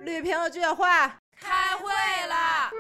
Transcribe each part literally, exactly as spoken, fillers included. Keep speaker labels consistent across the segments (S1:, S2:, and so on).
S1: 绿屏居委会
S2: 开会啦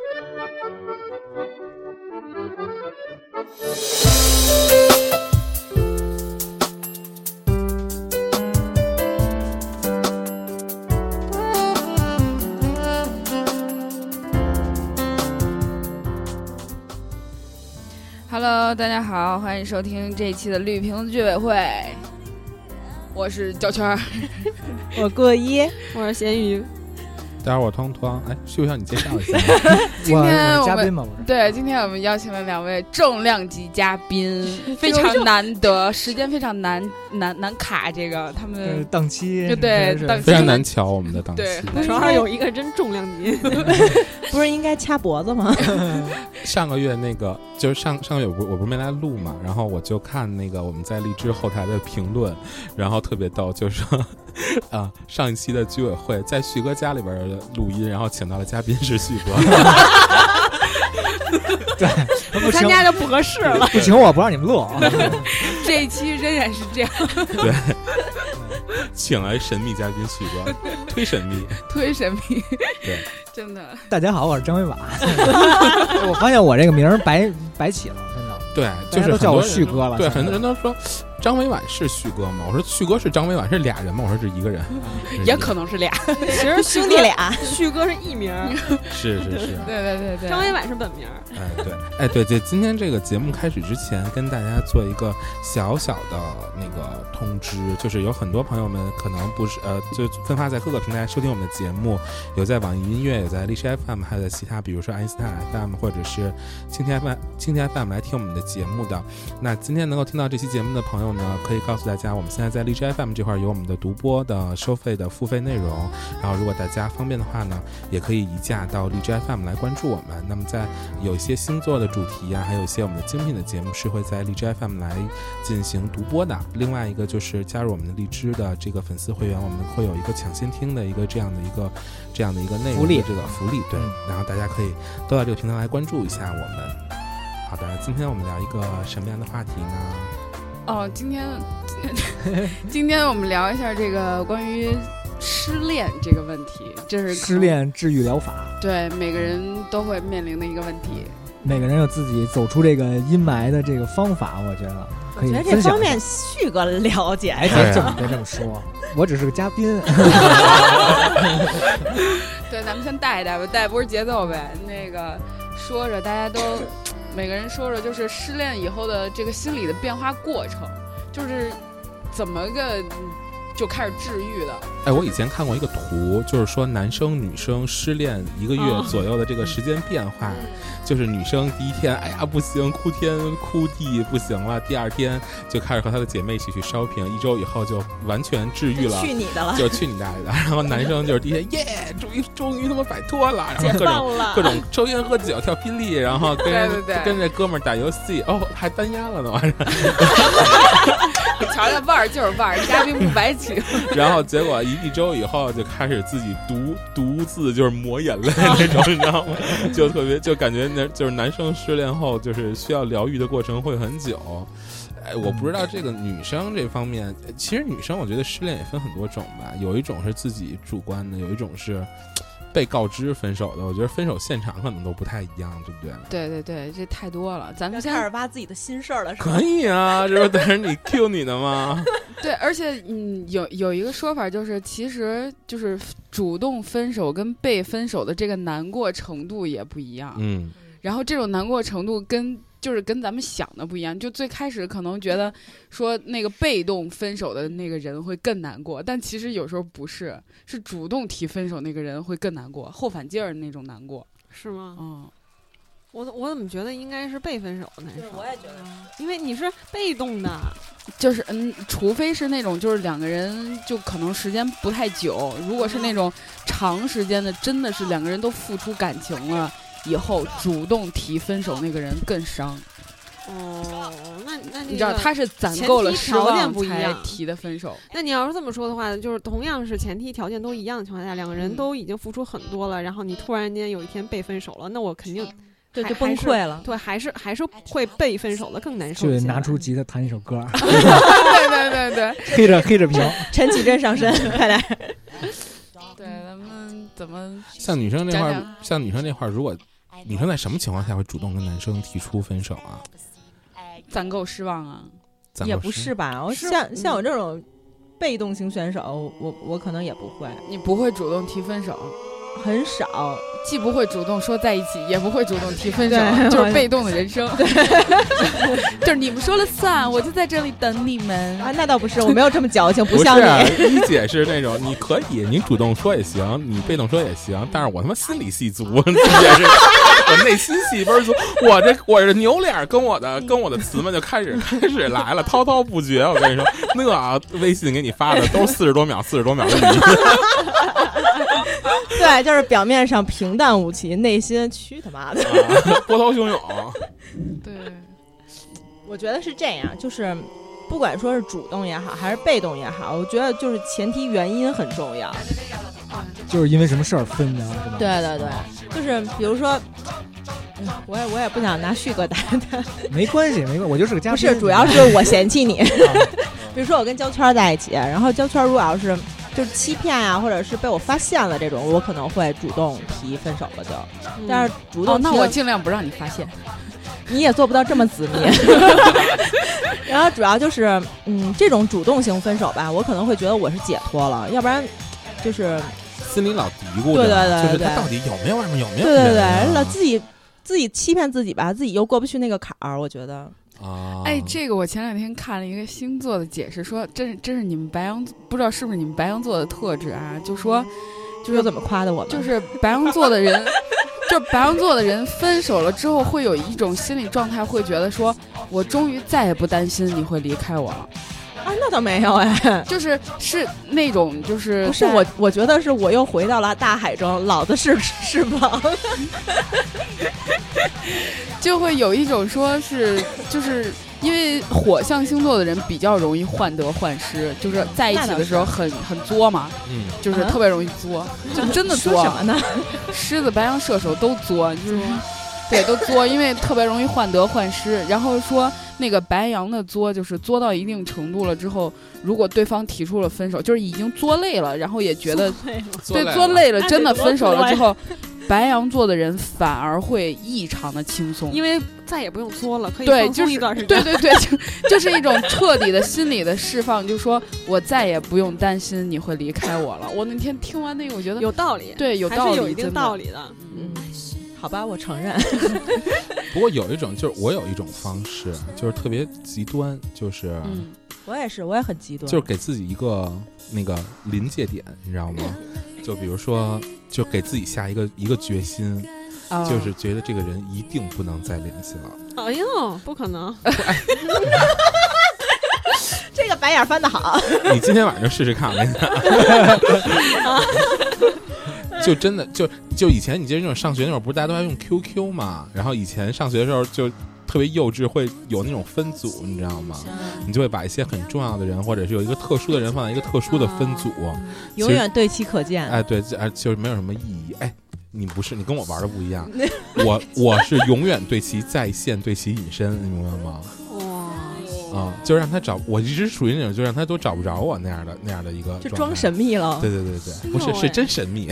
S2: ！Hello， 大家好，欢迎收听这一期的绿屏居委会。我是焦圈，
S1: 我过一，
S3: 我是咸鱼。
S4: 待会儿我汤汤，哎，需不需要你介绍一下？
S2: 今天我们
S5: 我嘉宾嘛，我
S2: 对，今天我们邀请了两位重量级嘉宾，非常难得，时间非常难难难卡，这个他们
S5: 档期
S2: 就对档期
S4: 非常难瞧我们的档期。
S2: 对，
S3: 主要有一个真重量级，
S1: 不是应该掐脖子吗？
S4: 上个月那个就是上上个月我不我不是没来录嘛，然后我就看那个我们在荔枝后台的评论，然后特别逗，就是说啊，上一期的居委会在旭哥家里边的录音，然后请到了嘉宾是旭哥。
S5: 对，
S3: 不参加就不合适了。
S5: 不请我不让你们录。
S2: 这一期仍然是这样。
S4: 对，请来神秘嘉宾旭哥，忒神秘，
S2: 忒神秘。
S4: 对，
S2: 真的。
S5: 大家好，我是张伟瓦。我发现我这个名儿白白起了，真的。
S4: 对，就是
S5: 都叫我旭哥了。
S4: 对，很多人都说张伟婉是旭哥吗？我说旭哥是张伟婉是俩人吗？我说是一个人，
S2: 也可能是俩。
S3: 其实
S1: 兄弟俩，
S3: 旭哥是艺名，
S4: 是是是，
S2: 对对对对。
S3: 张伟婉是本名。
S4: 哎对，哎对，这今天这个节目开始之前，跟大家做一个小小的那个通知，就是有很多朋友们可能不是呃，就分发在各个平台收听我们的节目，有在网易音乐，有在荔枝 F M， 还有在其他，比如说爱因斯坦 F M 或者是蜻蜓 F M、蜻蜓 F M 来听我们的节目的。那今天能够听到这期节目的朋友呢，可以告诉大家，我们现在在荔枝 F M 这块有我们的独播的收费的付费内容，然后如果大家方便的话呢，也可以移驾到荔枝 F M 来关注我们。那么在有一些星座的主题啊，还有一些我们的精品的节目是会在荔枝 F M 来进行独播的。另外一个就是加入我们的荔枝的这个粉丝会员，我们会有一个抢先听的一个这样的一个这样的一个内容
S5: 福利，
S4: 这个福利对，然后大家可以都到这个平台来关注一下我们。好的，今天我们聊一个什么样的话题呢？
S2: 哦，今天今天我们聊一下这个关于失恋这个问题，这是
S5: 失恋治愈疗法，
S2: 对每个人都会面临的一个问题。
S5: 每个人有自己走出这个阴霾的这个方法，我觉得可以分享。
S1: 我觉得这方面旭哥了解。
S5: 哎，别这么别这么说，我只是个嘉宾。
S2: 对，咱们先带一带吧，带波节奏呗。那个说着，大家都每个人说说，就是失恋以后的这个心理的变化过程，就是怎么个就开始治愈的。
S4: 哎，我以前看过一个图，就是说男生女生失恋一个月左右的这个时间变化，哦、就是女生第一天哎呀不行，哭天哭地不行了，第二天就开始和她的姐妹一起去 shopping， 一周以后就完全治愈了，
S1: 去你的了，
S4: 就去你大爷的。然后男生就是第一天耶，终于终于他妈摆脱了，然后各种各种抽烟喝酒跳霹雳，然后跟
S2: 对对对
S4: 跟这哥们儿打游戏，哦还单压了呢，完事
S2: 你瞧瞧，腕儿就是腕儿，嘉宾不白请。
S4: 然后结果一一周以后就开始自己独独自就是抹眼泪那种，你知道吗？就特别就感觉那就是男生失恋后就是需要疗愈的过程会很久。哎，我不知道这个女生这方面，其实女生我觉得失恋也分很多种吧，有一种是自己主观的，有一种是被告知分手的。我觉得分手现场可能都不太一样，对不对？
S2: 对对对，这太多了。咱们先
S1: 开始挖自己的心事儿了，是吧？
S4: 可以啊，这不等着你 Q 你的吗？
S2: 对，而且嗯，有有一个说法就是，其实就是主动分手跟被分手的这个难过程度也不一样。
S4: 嗯，
S2: 然后这种难过程度跟就是跟咱们想的不一样。就最开始可能觉得说那个被动分手的那个人会更难过，但其实有时候不是，是主动提分手那个人会更难过，后反劲儿那种难过。
S3: 是吗？
S2: 嗯。
S3: 我我怎么觉得应该是被分手的难受？
S1: 我也觉得，
S3: 因为你是被动的，
S2: 就是嗯，除非是那种就是两个人就可能时间不太久，如果是那种长时间的，真的是两个人都付出感情了以后，主动提分手那个人更伤。
S3: 哦，那那
S2: 你知道他是攒够了失望
S3: 不一样
S2: 才提的分手。
S3: 那你要是这么说的话，就是同样是前提条件都一样的情况下，两个人都已经付出很多了，嗯、然后你突然间有一天被分手了，那我肯定。
S1: 对，就崩溃了。
S3: 对，还是还是会被分手的更难受。
S5: 就拿出吉他弹一首歌。
S2: 对对对对，
S5: 黑着黑着屏，
S1: 陈绮贞上身，快来。
S2: 对， 咱们怎么
S4: 像女生这块
S2: 讲讲，
S4: 像女生这块，如果女生在什么情况下会主动跟男生提出分手啊？
S2: 攒够失望啊？
S1: 也
S4: 咱们
S1: 不是吧？我
S2: 是
S1: 像像我这种被动型选手，我我可能也不会，
S2: 你不会主动提分手，
S1: 很少。
S2: 既不会主动说在一起，也不会主动提分手，
S1: 对
S2: 就是被动的人生。就是你们说了算，我就在这里等你们。
S1: 啊，那倒不是，我没有这么矫情，
S4: 不
S1: 像你。
S4: 是一姐是那种你可以，你主动说也行，你被动说也行，但是我他妈心里戏足，一姐是我内心戏倍儿足，我这我这扭脸跟我的跟我的词们就开始开始来了，滔滔不绝。我跟你说，那啊，微信给你发的都是四十多秒、四十多秒的语音。
S1: 对，就是表面上平淡无奇，内心去他妈的、
S4: 啊、波涛汹涌。
S2: 对，
S1: 我觉得是这样，就是不管说是主动也好，还是被动也好，我觉得就是前提原因很重要。
S5: 就是因为什么事儿分的，是吧？
S1: 对对对，就是比如说，嗯、我也我也不想拿旭哥打他，
S5: 没关系，没关系，我就是个嘉宾。
S1: 不是，主要是我嫌弃你。比如说我跟焦圈在一起，然后焦圈如果要是就是欺骗啊，或者是被我发现了这种，我可能会主动提分手了就。嗯、但是主动、
S2: 哦，那我尽量不让你发现。
S1: 你也做不到这么缜密。然后主要就是，嗯，这种主动型分手吧，我可能会觉得我是解脱了，要不然就是
S4: 心里老嘀咕着，
S1: 对对对，
S4: 就是他到底有没有外面有没有、啊？
S1: 对对对，老自己自己欺骗自己吧，自己又过不去那个坎儿，我觉得。
S4: 啊，
S2: 哎，这个我前两天看了一个星座的解释，说真是真是你们白羊，不知道是不是你们白羊座的特质啊？就说
S1: 就是怎么夸的我们，
S2: 就是白羊座的人。就白羊座的人分手了之后，会有一种心理状态，会觉得说，我终于再也不担心你会离开我了。
S1: 啊，那倒没有哎，
S2: 就是是那种就是
S1: 不是我，我觉得是我又回到了大海中，老子是翅膀，
S2: 就会有一种说是就是因为火象星座的人比较容易患得患失，就是在一起的时候很很作嘛，
S4: 嗯，
S2: 就是特别容易作，嗯、就真的作。
S1: 说什么呢？
S2: 狮子、白羊、射手都作，就是对都作，因为特别容易患得患失。然后说那个白羊的作，就是作到一定程度了之后，如果对方提出了分手，就是已经作累了，然后也觉得对作累了，真的分手了之后。白羊座的人反而会异常的轻松，
S3: 因为再也不用作了，可以
S2: 放
S3: 松一段时间。
S2: 对对对，就就是一种彻底的心理的释放，就说我再也不用担心你会离开我了。我那天听完那个，我觉得
S3: 有道理，
S2: 对，有道理，
S3: 还是有一定道理的。
S1: 嗯，好吧，我承认。
S4: 不过有一种，就是我有一种方式，就是特别极端，就是，
S1: 嗯，我也是，我也很极端，
S4: 就是给自己一个那个临界点，你知道吗？就比如说，就给自己下一个一个决心，哦、就是觉得这个人一定不能再联系了。
S3: 哎呦，不可能！
S1: 这个白眼翻得好。
S4: 你今天晚上就试试看，我跟你讲。就真的就就以前你记得那种上学那会儿，不是大家都在用 Q Q 嘛？然后以前上学的时候就特别幼稚，会有那种分组，你知道吗？你就会把一些很重要的人，或者是有一个特殊的人放在一个特殊的分组，
S1: 嗯、永远对其可见。
S4: 哎，对，哎，就是没有什么意义。哎，你不是，你跟我玩的不一样。我我是永远对其在线，对其隐身，你明白吗？啊、嗯，就让他找，我一直属于那种就让他都找不着我那样的那样的一个，
S1: 就装神秘了。
S4: 对对对对，不是是真神秘。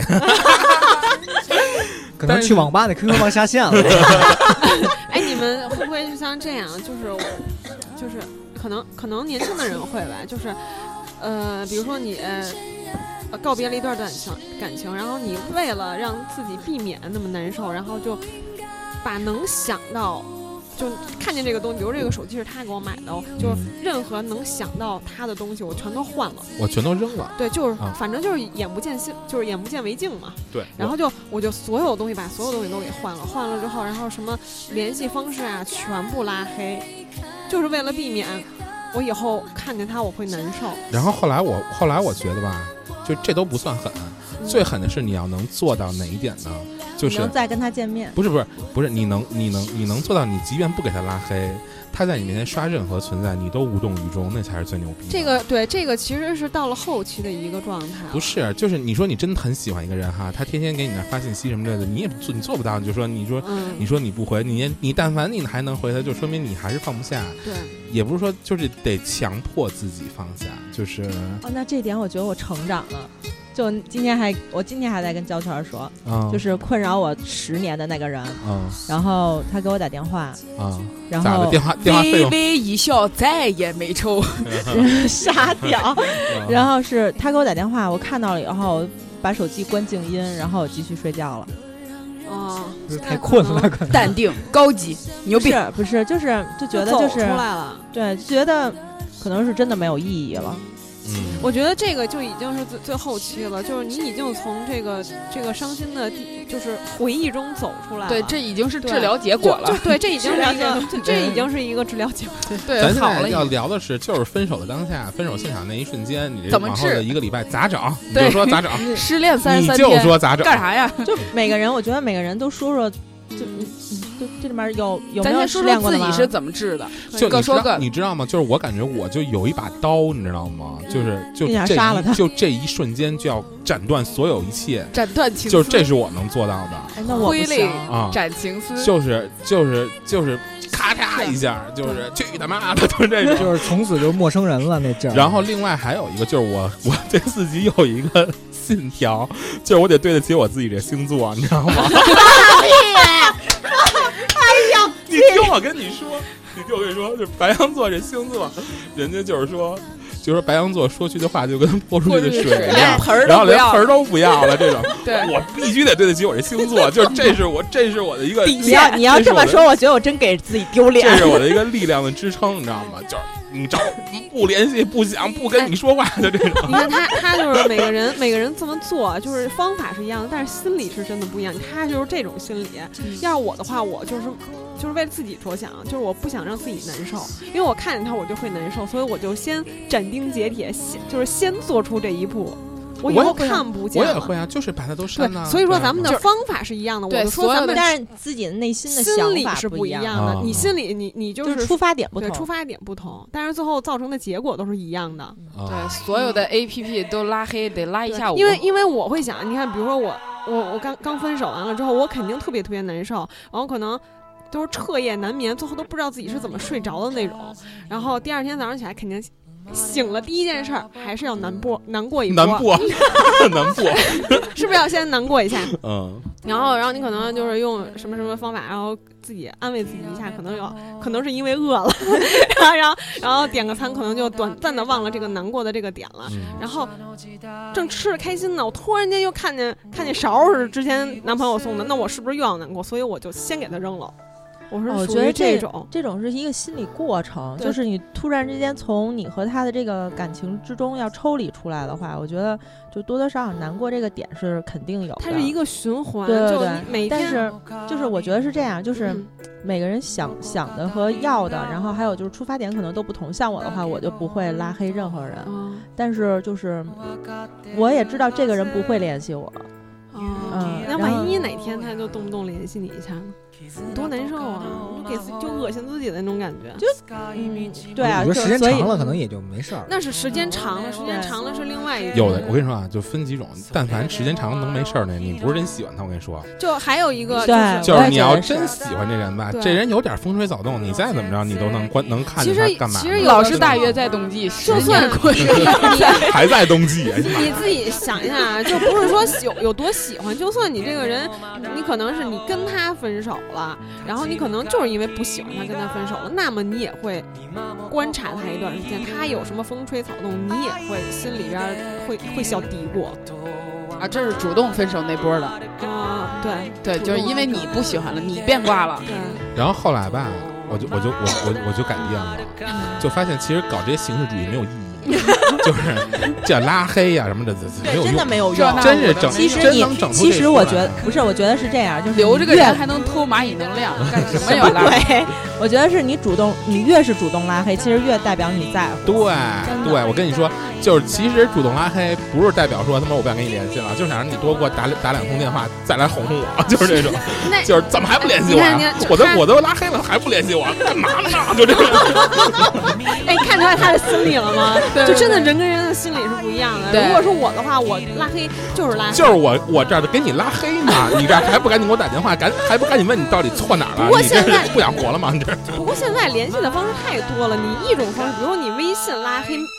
S5: 可能去网吧的 Q Q 帮下线了。
S3: 哎，你们会不会就像这样？就是就是可能可能年轻的人会吧，就是呃，比如说你呃告别了一段感情感情，然后你为了让自己避免那么难受，然后就把能想到。就看见这个东西，比如这个手机是他给我买的，就任何能想到他的东西，我全都换了，
S4: 我全都扔了。
S3: 对，就是、啊、反正就是眼不见心，就是眼不见为净嘛。
S4: 对。
S3: 然后就我就所有东西把所有东西都给换了，换了之后，然后什么联系方式啊，全部拉黑，就是为了避免我以后看见他我会难受。
S4: 然后后来我后来我觉得吧，就这都不算狠，嗯、最狠的是你要能做到哪一点呢？就是
S1: 能再跟他见面，
S4: 不是不是不是，你能你能你能做到，你即便不给他拉黑，他在你面前刷任何存在，你都无动于衷，那才是最牛逼的。
S3: 这个对，这个其实是到了后期的一个状态。
S4: 不是，就是你说你真的很喜欢一个人哈，他天天给你那发信息什么之类的，你也做你做不到，你就说你说、嗯、你说你不回，你你但凡你还能回他，就说明你还是放不下。
S3: 对，
S4: 也不是说就是得强迫自己放下，就是
S1: 哦，那这点我觉得我成长了。 就今天还我今天还在跟焦圈说，
S4: 嗯、
S1: 就是困扰我十年的那个人，
S4: 嗯，
S1: 然后他给我打电话，
S4: 啊、
S1: 然
S4: 咋的？
S1: 后
S4: 电话电话费用
S2: 微微一笑，再也没抽。
S1: 傻屌，
S4: 嗯
S1: 然后是他给我打电话，我看到了以后把手机关静音，然后我继续睡觉了。
S3: 哦，
S5: 就是太困了，可能
S2: 淡定，高级，牛逼。
S1: 不是不是，就是就觉得就是
S3: 走出来了。
S1: 对，就觉得可能是真的没有意义了。
S4: 嗯，
S3: 我觉得这个就已经是最最后期了，就是你已经从这个这个伤心的地，就是回忆中走出来了。
S2: 对，这已经是治疗结果了。
S3: 对，这已经是一个，这
S2: 对
S3: 已经是一个治疗结果。
S2: 对，
S4: 咱现
S2: 好了。
S4: 在要聊的是，就是分手的当下，分手现场那一瞬间，你这
S2: 怎么
S4: 往后的
S2: 治
S4: 一个礼拜咋整？你
S2: 对
S4: 就说咋整？
S2: 失恋三十
S4: 你
S2: 三天，
S4: 就说咋整？
S2: 干啥呀？
S1: 就每个人，我觉得每个人都说说，就你你就这里面有有没有失
S2: 咱先说
S1: 恋过的吗？
S2: 说自己是怎么治的，
S4: 就你知道
S2: 各说各。
S4: 你知道吗？就是我感觉我就有一把刀，你知道吗？就是就
S1: 你想
S4: 这
S1: 杀了他
S4: 一就这一瞬间就要斩断所有一切，
S2: 斩断情丝，
S4: 就是这是我能做到的
S1: 哎，那我
S2: 挥泪
S1: 不行。
S4: 啊！
S2: 斩情丝。
S4: 就是就是就是咔嚓一下，就是去他妈的，就是这种。
S5: 就是从此就陌生人了那阵儿。
S4: 然后另外还有一个就是我我对自己有一个信条，就是我得对得起我自己这星座，你知道吗？哎呀，你听我跟你说，你听我跟你说，就是白羊座这星座，人家就是说。就是说白羊座说出去的话就跟泼出去的水一样，
S2: 连盆儿
S4: 然后连
S2: 都不要
S4: 盆儿都不要了。这种，
S2: 对，
S4: 我必须得对得起我这星座，就是这是我这是我的一个
S1: 你要你要这么说，我觉得我真给自己丢脸。
S4: 这是我的一个力量的支撑，你知道吗？就是你找不联系、不想、不跟你说话的这种。
S3: 你看他，他就是每个人每个人这么做，就是方法是一样的，但是心理是真的不一样。他就是这种心理。要是我的话，我就是就是为了自己着想，就是我不想让自己难受，因为我看见他我就会难受，所以我就先斩钉截铁，先就是先做出这一步。我以后看不见了，
S4: 我也会啊，就是把它都删了。
S3: 对，所以说咱们的
S2: 就
S3: 方法是一样的。
S2: 对
S3: 我就说咱们，
S1: 但是自己的内心的
S3: 心
S1: 想法
S3: 理是不
S1: 一样
S3: 一样的。
S4: 啊
S3: 你心里你你就
S1: 就是是出发点不同，
S3: 对，出发点不同，但是最后造成的结果都是一样的。
S4: 啊
S2: 对，所有的 A P P 都拉黑，得拉一下午。
S3: 因为因为我会想，你看，比如说我我我刚刚分手完了之后，我肯定特别特别难受，然后可能都是彻夜难眠，最后都不知道自己是怎么睡着的那种。然后第二天早上起来，肯定醒了第一件事儿还是要难过难过一波，
S4: 难过难过，
S3: 是不是要先难过一下？
S4: 嗯，
S3: 然后然后你可能就是用什么什么方法，然后自己安慰自己一下，可能有可能是因为饿了，然后然后然后点个餐，可能就短暂的忘了这个难过的这个点了。
S4: 嗯
S3: 然后正吃着开心呢，我突然间又看见看见勺是之前男朋友送的，那我是不是又要难过？所以我就先给他扔了。我是
S1: 哦我
S3: 属于
S1: 觉得这
S3: 种
S1: 这种是一个心理过程，
S3: 对
S1: 就是你突然之间从你和他的这个感情之中要抽离出来的话，我觉得就多多少少难过这个点是肯定有的。
S3: 它是一个循环，
S1: 对对对
S3: 就你每天
S1: 但是就是我觉得是这样，就是
S3: 嗯
S1: 每个人想想的和要的，然后还有就是出发点可能都不同。像我的话，我就不会拉黑任何人，
S3: 嗯
S1: 但是就是我也知道这个人不会联系我。
S3: 嗯，那万一哪天他就动不动联系你一下呢？你多难受啊！就给自就恶心自己的那种感觉。
S1: 就嗯，对啊，
S5: 我觉得时间
S1: 所以
S5: 长了可能也就没事儿。
S3: 那是时间长了，时间长了是另外一种。
S4: 有的，我跟你说啊，就分几种，但凡时间长了能没事儿呢，你不是真喜欢他，我跟你说，
S3: 就还有一个
S1: 对
S3: 就是
S4: 就是你要
S1: 我也觉得
S4: 真喜欢这人吧，
S3: 对
S4: 这人有点风吹草动，你再怎么着你都能关能看见
S3: 其实
S4: 他干嘛呢。
S3: 其实有
S2: 老是大约在冬季，十
S3: 就算
S2: 年过去
S3: 你
S4: 还在冬季，
S3: 你自己想一下啊，就不是说喜有多喜欢，就算你这个人，你可能是你跟他分手了，然后你可能就是因为不喜欢他跟他分手了，那么你也会观察他一段时间，他有什么风吹草动，你也会心里边会会小嘀咕。
S2: 啊，这是主动分手那波的。
S3: 啊，对
S2: 对，就是因为你不喜欢了，你变卦了。
S3: 对，
S4: 然后后来吧，我就我就我我我就改变了，就发现其实搞这些形式主义没有意义，就是这拉黑呀、啊、什么的，没有
S1: 对，真的
S4: 用，
S1: 没有
S2: 这
S1: 用。
S4: 真是整，
S1: 其实你
S4: 真能整出
S1: 其实我觉
S4: 得
S1: 得不是，我觉得是这样，就是
S2: 留这个
S1: 你越
S2: 人还能偷蚂蚁能量，干什么要拉？
S1: 对，我觉得是你主动，你越是主动拉黑，其实越代表你在乎。
S4: 对对，我跟你说，就是其实主动拉黑不是代表说他妈我不想跟你联系了，就是想让你多给我打打两通电话，再来哄哄我，就是这种，
S3: 那
S4: 就是怎么还不联系我呀、
S3: 你看你看
S4: 我都我都拉黑了还不联系我，干嘛呢？就这种。
S3: 哎，看出来他的心理了吗？
S2: 对
S3: 就真的人跟人的心理是不一样的。
S2: 对
S3: 如果是我的话，我拉黑就是拉黑，
S4: 就是我我这儿给你拉黑呢，你这还不赶紧给我打电话，赶还不赶紧问你到底错哪儿了？
S3: 不过
S4: 你这
S3: 现在
S4: 是不想活了吗？你这
S3: 不过现在联系的方式太多了，你一种方式，比如说你微信拉黑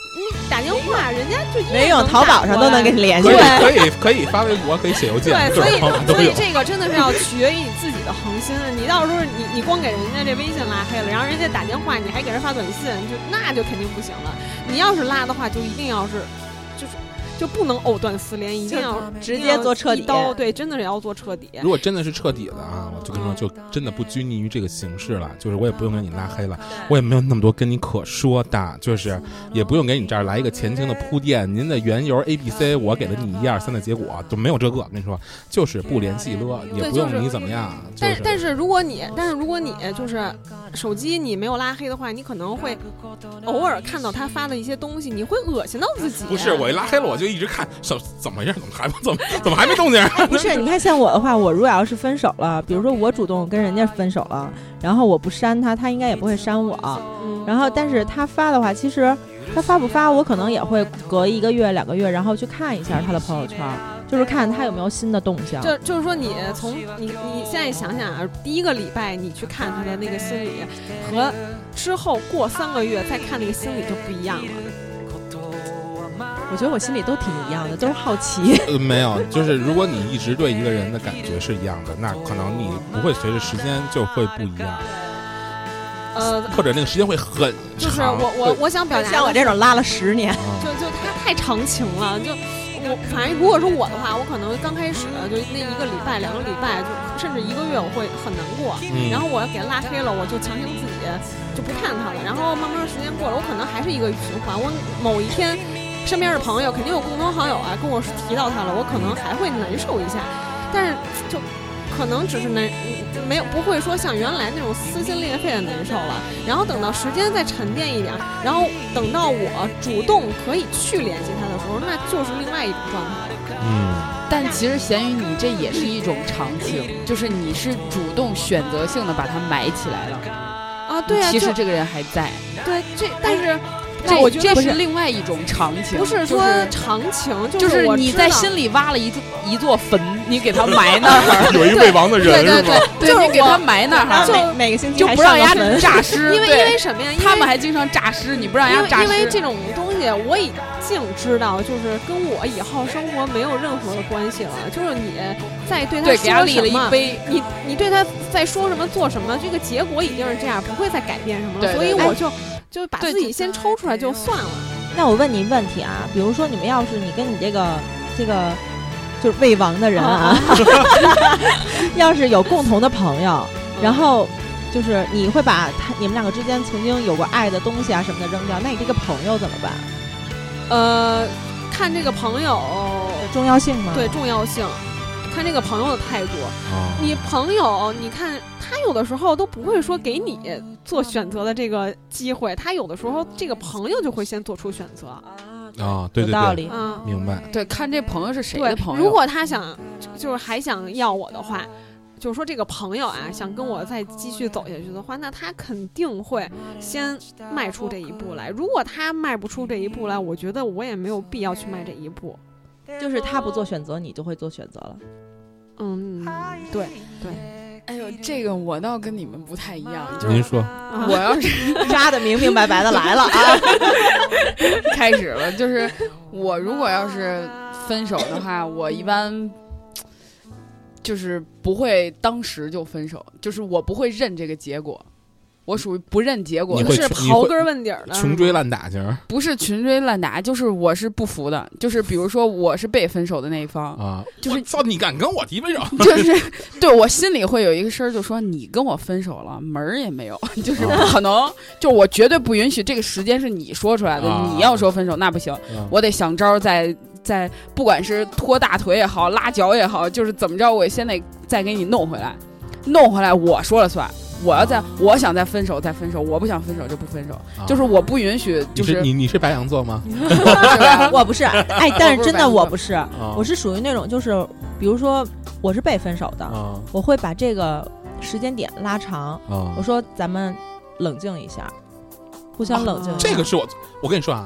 S3: 你打电话，人家就
S1: 没用，淘宝上都能给你联系。
S4: 可以可以可以发微博，可以写邮件，
S3: 对，所以
S4: 都有。
S3: 所以这个真的是要取决于你自己的恒心。你到时候你你光给人家这微信拉黑了，然后人家打电话，你还给人发短信，就那就肯定不行了。你要是拉的话，就一定要是就是就不能藕断丝连，一定要
S1: 直接做彻底。
S3: 刀对，真的是要做彻底。
S4: 如果真的是彻底的啊，我就跟你说，就真的不拘泥于这个形式了，就是我也不用给你拉黑了，我也没有那么多跟你可说的，就是也不用给你这儿来一个前情的铺垫，您的缘由 A B C， 我给了你一二三的结果，就没有这个。跟你说，就是不联系了，也不用你怎么样。就是、
S3: 但但是如果你但是如果你就是手机你没有拉黑的话，你可能会偶尔看到他发的一些东西，你会恶心到自己。
S4: 不是，我一拉黑了，我就一直看，怎怎么回事？怎么还怎么怎么还没动静？
S1: 不是，你看像我的话，我如果要是分手了，比如说我主动跟人家分手了，然后我不删他，他应该也不会删我。
S3: 嗯、
S1: 然后但是他发的话，其实他发不发，我可能也会隔一个月两个月，然后去看一下他的朋友圈，就是看他有没有新的动向。
S3: 就就是说你从你你现在想想啊，第一个礼拜你去看他的那个心理，和之后过三个月再看那个心理就不一样了。
S1: 我觉得我心里都挺一样的，都是好奇。
S4: 呃，没有，就是如果你一直对一个人的感觉是一样的，那可能你不会随着时间就会不一样。
S3: 呃，
S4: 或者那个时间会很长。
S3: 就是我我我想表达，
S1: 像我这种拉了十年，
S3: 就就他太长情了。就我反正如果是我的话，我可能刚开始就那一个礼拜、两个礼拜，就甚至一个月，我会很难过。
S4: 嗯、
S3: 然后我给他拉黑了，我就强行自己就不看他了。然后慢慢时间过了，我可能还是一个循环。我某一天。身边的朋友肯定有共同好友啊，跟我提到他了，我可能还会难受一下，但是就可能只是难，没有不会说像原来那种撕心裂肺的难受了。然后等到时间再沉淀一点，然后等到我主动可以去联系他的时候，那就是另外一种状态了。
S4: 嗯，
S2: 但其实咸鱼你这也是一种长情，就是你是主动选择性的把它埋起来了
S3: 啊，对啊，
S2: 其实这个人还在。
S3: 对，这但是。
S2: 这我觉得这是另外一种长情，
S3: 不是说长情，
S2: 就是你在心里挖了一座一座坟，你给他埋那儿，
S4: 有一未亡的人，
S3: 对对对，
S2: 对，
S3: 就是
S2: 你给他埋那儿，
S1: 就每个星期
S2: 就不让人家诈尸，
S3: 因为因为什么呀？
S2: 他们还经常诈尸，你不让人家诈尸，
S3: 因为这种东西我已经知道，就是跟我以后生活没有任何的关系了。就是你在对他说什么，你你对他在说什么做什么，这个结果已经是这样，不会再改变什么了。所以我就。就把自己先抽出来就算了。
S1: 那我问你问题啊，比如说你们要是你跟你这个这个就是未亡的人啊，要是有共同的朋友，然后就是你会把他你们两个之间曾经有过爱的东西啊什么的扔掉，那你这个朋友怎么办？
S3: 呃，看这个朋友
S1: 重要性吗？
S3: 对，重要性，看这个朋友的态度。哦、你朋友，你看。他有的时候都不会说给你做选择的这个机会，他有的时候这个朋友就会先做出选择啊。
S4: 哦，对对对，
S1: 有道理，
S3: 嗯，
S4: 明白。
S2: 对，看这朋友是谁的朋友。
S3: 如果他想就是还想要我的话，就是说这个朋友啊想跟我再继续走下去的话，那他肯定会先迈出这一步来。如果他迈不出这一步来，我觉得我也没有必要去迈这一步。
S1: 就是他不做选择，你就会做选择了。
S3: 嗯，对对。
S2: 哎呦，这个我倒跟你们不太一样。就是、
S4: 您说，
S2: 我要是
S1: 扎的明明白白的来了啊，
S2: 开始了。就是我如果要是分手的话，我一般就是不会当时就分手，就是我不会认这个结果。我属于不认结果的，
S3: 是刨根问底儿的，
S4: 穷追烂打型。
S2: 不是穷追烂打，就是我是不服的。就是比如说我是被分手的那一方
S4: 啊，
S2: 就是
S4: 操你敢跟我提分手，
S2: 就是对我心里会有一个声儿，就说你跟我分手了，门儿也没有，就是不可能。啊、就我绝对不允许这个时间是你说出来的，啊、你要说分手那不行，啊、我得想招再再不管是拖大腿也好，拉脚也好，就是怎么着，我先得再给你弄回来，弄回来我说了算。我要再我想再分手再分手，我不想分手就不分手，啊、就是我不允许。就是
S4: 你你是白羊座吗？
S1: 我不是，哎，但是真的我不是，我, 不是、啊、我是属于那种就是，比如说我是被分手的，啊、我会把这个时间点拉长，啊、我说咱们冷静一下，互相冷静一下。
S4: 啊、这个是我我跟你说啊，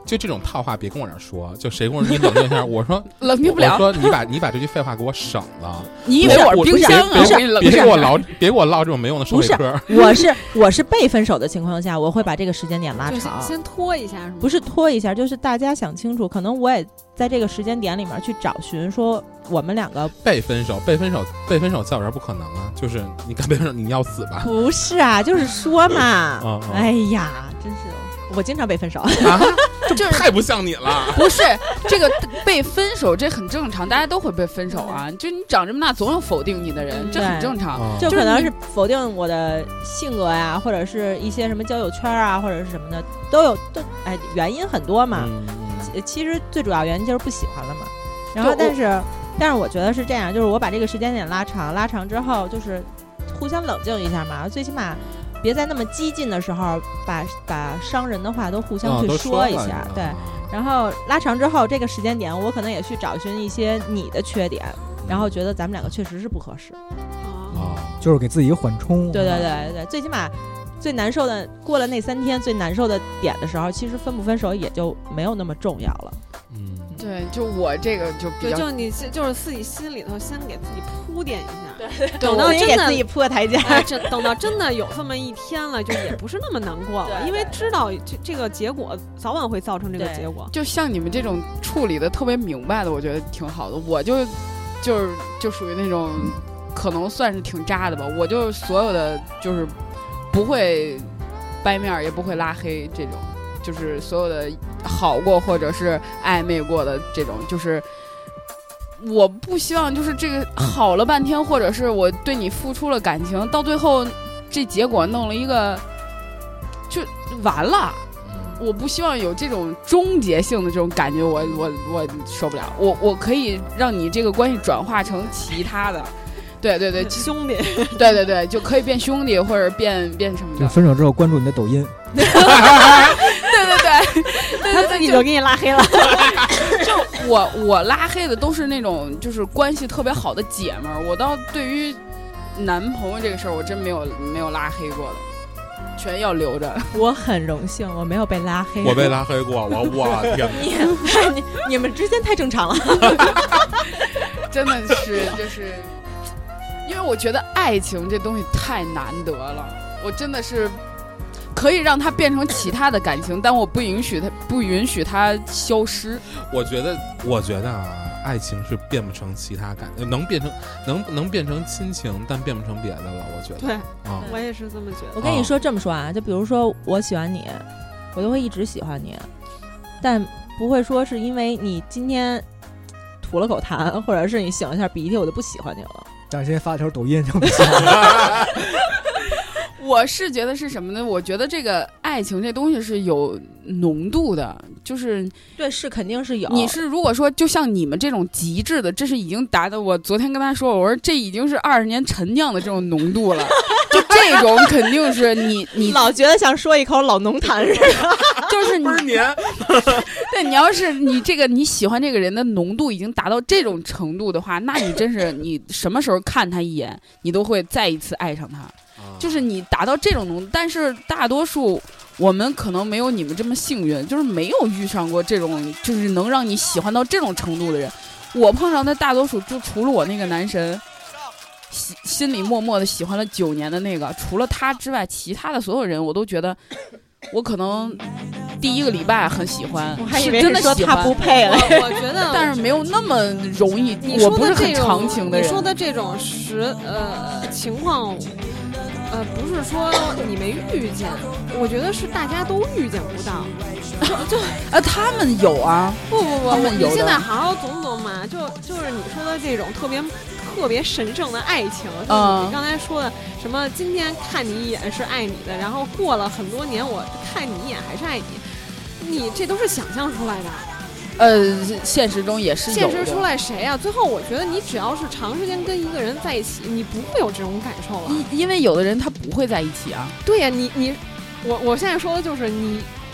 S4: 就这种套话别跟我这儿说，就谁跟我说你冷静一下，我说
S2: 冷静不了。
S4: 我说你把你把这句废话给我省了。
S2: 你以为我是冰箱啊？
S4: 别
S2: 我给你冷
S4: 别给我唠，别给我唠这种没用的社会嗑。
S1: 我是我是被分手的情况下，我会把这个时间点拉长，
S3: 先拖一下是吗？
S1: 不是拖一下，就是大家想清楚，可能我也在这个时间点里面去找寻说我们两个
S4: 被分手，被分手，被分手在我这儿不可能啊！就是你敢被分手，你要死吧？
S1: 不是啊，就是说嘛。
S4: 啊、
S1: 哎呀，真是。我经常被分手啊，
S2: 这
S4: 太不像你了。
S2: 不是这个被分手，这很正常，大家都会被分手啊。就你长这么大，总有否定你的人，这很正常。
S1: 就可能是否定我的性格呀，或者是一些什么交友圈啊，或者是什么的，都有都哎原因很多嘛。嗯、其实最主要原因就是不喜欢了嘛。然后但是但是我觉得是这样，就是我把这个时间点拉长，拉长之后就是互相冷静一下嘛，最起码。别在那么激进的时候把把伤人的话都互相去说一下，哦、对。然后拉长之后，这个时间点我可能也去找寻一些你的缺点，然后觉得咱们两个确实是不合适。
S5: 哦，就是给自己一个缓冲。
S1: 对对对对，最起码最难受的过了那三天最难受的点的时候，其实分不分手也就没有那么重要了。
S4: 嗯，
S2: 对，就我这个就比较，
S3: 就你就是自己心里头先给自己铺垫一下，
S1: 对，
S3: 等到真的
S1: 给自己铺个台阶，
S3: 哎、这等到真的有这么一天了，就也不是那么难过了，因为知道这这个结果早晚会造成这个结果。
S2: 就像你们这种处理的特别明白的，我觉得挺好的。我就就是就属于那种可能算是挺渣的吧，我就所有的就是不会掰面也不会拉黑这种。就是所有的好过或者是暧昧过的这种，就是我不希望就是这个好了半天，或者是我对你付出了感情，到最后这结果弄了一个就完了。我不希望有这种终结性的这种感觉，我我我受不了。我我可以让你这个关系转化成其他的。对对对，
S3: 兄弟，
S2: 对对对，就可以变兄弟，或者变变什么的。
S5: 就分手之后关注你的抖音。
S2: 对对对，
S3: 他自己就给你拉黑了。
S2: 就我我拉黑的都是那种就是关系特别好的姐们儿，我倒对于男朋友这个事儿，我真没有没有拉黑过的。全要留着。
S1: 我很荣幸，我没有被拉黑。
S4: 我被拉黑过，我我天
S1: 哪！你你们之间太正常了，
S2: 真的是就是，因为我觉得爱情这东西太难得了，我真的是可以让它变成其他的感情，但我不允许它不允许它消失。
S4: 我觉得，我觉得啊。爱情是变不成其他感，能变成能能变成亲情，但变不成别的了。我觉得，
S3: 对，
S4: 啊，
S3: 我也是这么觉得。
S1: 我跟你说这么说啊，就比如说我喜欢你，我就会一直喜欢你，但不会说是因为你今天吐了口痰，或者是你擤了一下鼻涕，我就不喜欢你了。
S5: 但是现在发条抖音就不喜欢了。
S2: 我是觉得是什么呢？我觉得这个爱情这东西是有浓度的，就是
S1: 对，是肯定是有。
S2: 你是如果说就像你们这种极致的，这是已经达到我昨天跟他说，我说这已经是二十年陈酿的这种浓度了，就这种肯定是你你
S1: 老觉得像说一口老浓痰似的，
S2: 就是
S4: 不是你。
S2: 对，你要是你这个你喜欢这个人的浓度已经达到这种程度的话，那你真是你什么时候看他一眼，你都会再一次爱上他。就是你达到这种浓度，但是大多数我们可能没有你们这么幸运，就是没有遇上过这种就是能让你喜欢到这种程度的人。我碰上的大多数就除了我那个男神心心里默默的喜欢了九年的那个，除了他之外，其他的所有人我都觉得我可能第一个礼拜很喜欢，
S1: 我还以为是说他不配了。
S3: 我, 我觉得，
S2: 但是没有那么容易。
S3: 你说的
S2: 我不是很长情的人。
S3: 你说的这种实呃情况。呃，不是说你没遇见，我觉得是大家都遇见不到，就
S2: 呃他们有啊，
S3: 不不不，
S2: 他们有
S3: 你现在好好琢磨琢磨，就就是你说的这种特别特别神圣的爱情，就是你刚才说的什么，今天看你一眼是爱你的，然后过了很多年我看你一眼还是爱你，你这都是想象出来的。
S2: 呃，现实中也是有的。
S3: 现实出来谁啊？最后我觉得你只要是长时间跟一个人在一起，你不会有这种感受了。
S2: 因因为有的人他不会在一起啊。
S3: 对呀、啊，你你，我我现在说的就是你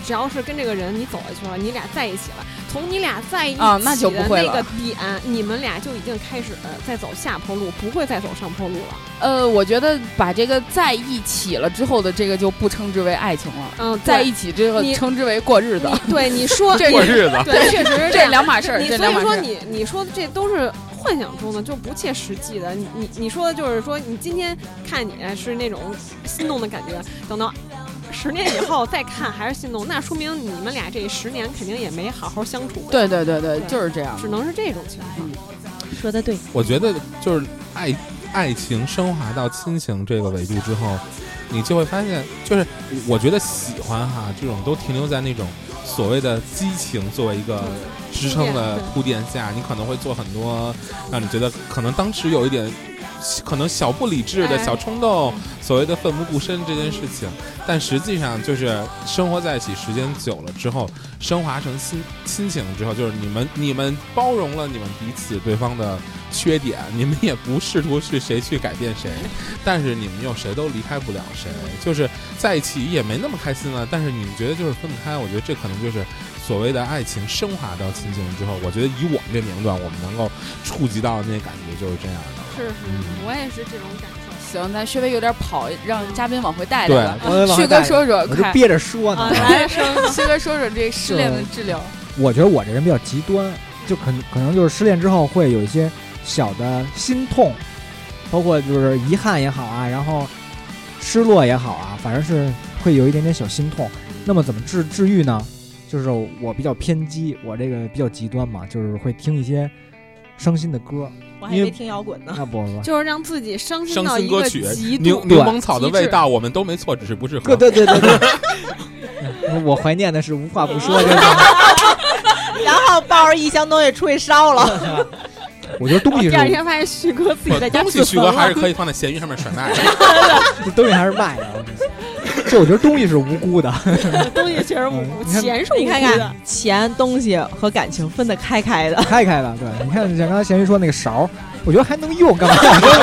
S3: 只要是跟这个人你走下去了，你俩在一起了，从你俩在一起
S2: 啊那就
S3: 的
S2: 不会了
S3: 那个点，你们俩就已经开始在走下坡路，不会再走上坡路了。
S2: 呃，我觉得把这个在一起了之后的这个就不称之为爱情了，
S3: 嗯，
S2: 在一起这个
S3: 你
S2: 称之为过日子。
S3: 你对你说
S2: 这
S4: 过日子，
S3: 对，确实是
S2: 这两码事儿，
S3: 你所以
S2: 这两码事儿。
S3: 说你你说的这都是幻想中的，就不切实际的。你你你说的就是说，你今天看你是那种心动的感觉，等到十年以后再看还是心动，那说明你们俩这十年肯定也没好好相处。
S2: 对对对对，
S3: 对
S2: 就是这样，
S3: 只能是这种情况。
S1: 说的对，
S4: 我觉得就是爱爱情升华到亲情这个维度之后，你就会发现，就是我觉得喜欢哈这种都停留在那种所谓的激情作为一个支撑的铺垫下，你可能会做很多让你觉得可能当时有一点可能小不理智的小冲动，所谓的奋不顾身这件事情，但实际上就是生活在一起时间久了之后，升华成亲亲情之后，就是你们你们包容了你们彼此对方的缺点，你们也不试图去谁去改变谁，但是你们又谁都离开不了谁，就是在一起也没那么开心了，但是你们觉得就是分不开，我觉得这可能就是所谓的爱情升华到亲情之后，我觉得以我们这年段我们能够触及到的那感觉就是这样的。
S3: 是是，我也是这种感受。
S2: 行，咱薛飞有点跑，让嘉宾往回带带吧。
S5: 对，
S2: 旭哥说说，快，
S5: 我就憋着说呢。
S3: 啊、来说，
S2: 旭哥说说这失恋的治疗。
S5: 我觉得我这人比较极端，就可可能就是失恋之后会有一些小的心痛，包括就是遗憾也好啊，然后失落也好啊，反正是会有一点点小心痛。那么怎么治治愈呢？就是我比较偏激，我这个比较极端嘛，就是会听一些伤心的歌。
S1: 我还以为听摇滚呢。
S5: 那不不，
S3: 就是让自己伤心
S4: 伤
S3: 到一个
S4: 心歌曲，
S3: 极度。
S4: 柠柠檬草的味道我们都没错，只是不适合。
S5: 对对对对对。我怀念的是无话不说，这个。
S1: 然后抱着一箱东西出去烧了。
S5: 我觉得东西是
S3: 第二天发现旭哥自己在家
S4: 东西，旭哥还是可以放在闲鱼上面甩卖的。
S5: 这东西还是卖的。这我觉得东西是无辜的，
S3: 东西确实无辜，钱是无辜的。
S1: 你看看，钱、东西和感情分得开开的，
S5: 开开的。对，你看像刚才咸鱼说那个勺，我觉得还能用，干嘛要扔？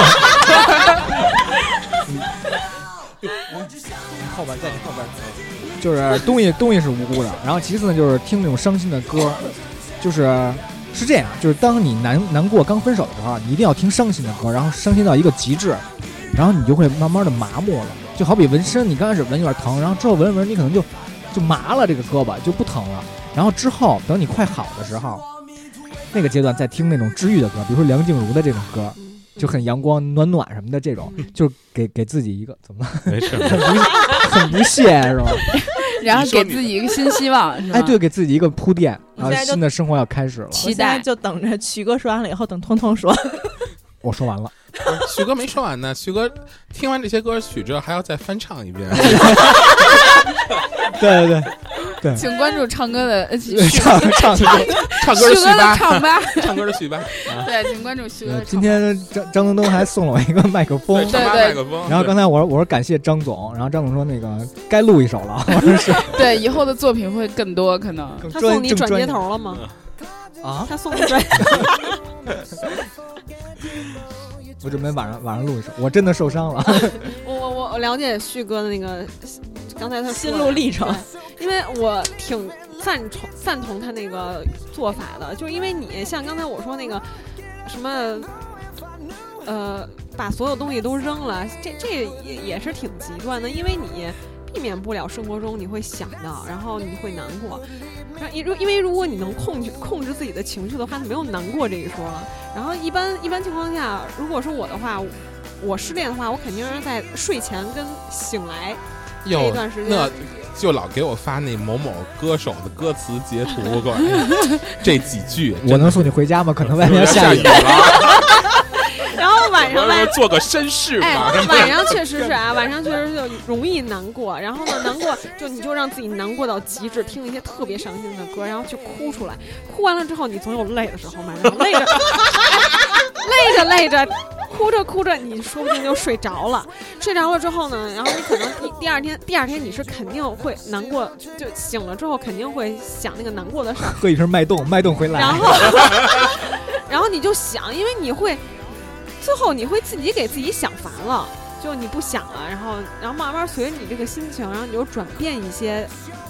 S5: 后边在你后边，就是东西东西是无辜的。然后其次呢，就是听那种伤心的歌，就是是这样，就是当你难难过刚分手的时候，你一定要听伤心的歌，然后伤心到一个极致，然后你就会慢慢的麻木了。就好比纹身，你刚开始纹有点疼，然后之后纹纹你可能就就麻了，这个胳膊就不疼了。然后之后等你快好的时候，那个阶段再听那种治愈的歌，比如说梁静茹的这种歌，就很阳光暖暖什么的，这种就给给自己一个怎么了？
S4: 没事，
S5: 很不很不屑是吧？
S2: 然后给自己一个新希望，是吧？
S5: 哎，对，给自己一个铺垫，然后新的生活要开始了。
S2: 期待
S1: 就等着曲哥说完了以后，等通通说。
S5: 我说完了。
S4: 旭哥没说完呢，旭哥听完这些歌曲之后还要再翻唱一遍。
S5: 对对对对，
S2: 请关注唱歌的呃
S5: 唱唱
S2: 唱
S4: 唱歌的旭吧，
S2: 唱吧，
S4: 唱歌的旭吧。
S2: 对，请关注旭哥。
S5: 今天张张东东还送了我一个麦克风，
S2: 对
S4: 麦克风。
S5: 然后刚才我说我说感谢张总，然后张总说那个该录一首了，我说是。
S2: 对，以后的作品会更多，可能。
S3: 他送你转接头了吗？
S5: 啊，
S3: 他送你转。
S5: 我准备晚上晚上录一首，我真的受伤了。
S3: 我我我我了解旭哥的那个，刚才他
S1: 心路历程，
S3: 因为我挺赞同赞同他那个做法的，就是因为你像刚才我说那个什么，呃，把所有东西都扔了，这这也也是挺极端的，因为你避免不了生活中你会想到，然后你会难过。因因为如果你能控制控制自己的情绪的话，没有难过这一说了。然后一般一般情况下，如果是我的话，我失恋的话，我肯定是在睡前跟醒来这一段时间。
S4: 那就老给我发那某某歌手的歌词截图，过来这几句，
S5: 我能送你回家吗？可能外面下雨
S4: 了。
S3: 然后晚上来
S4: 做个绅士吧。
S3: 哎，晚上确实是啊，晚上确实就容易难过。然后呢，难过就你就让自己难过到极致，听一些特别伤心的歌，然后去哭出来。哭完了之后，你总有累的时候嘛，然后累着，累着累着，哭着哭着，你说不定就睡着了。睡着了之后呢，然后你可能第第二天，第二天你是肯定会难过，就醒了之后肯定会想那个难过的事儿。
S5: 喝一瓶脉动，脉动回来。
S3: 然后，然后你就想，因为你会。最后你会自己给自己想烦了，就你不想了，然后然后慢慢随着你这个心情，然后你就转变一些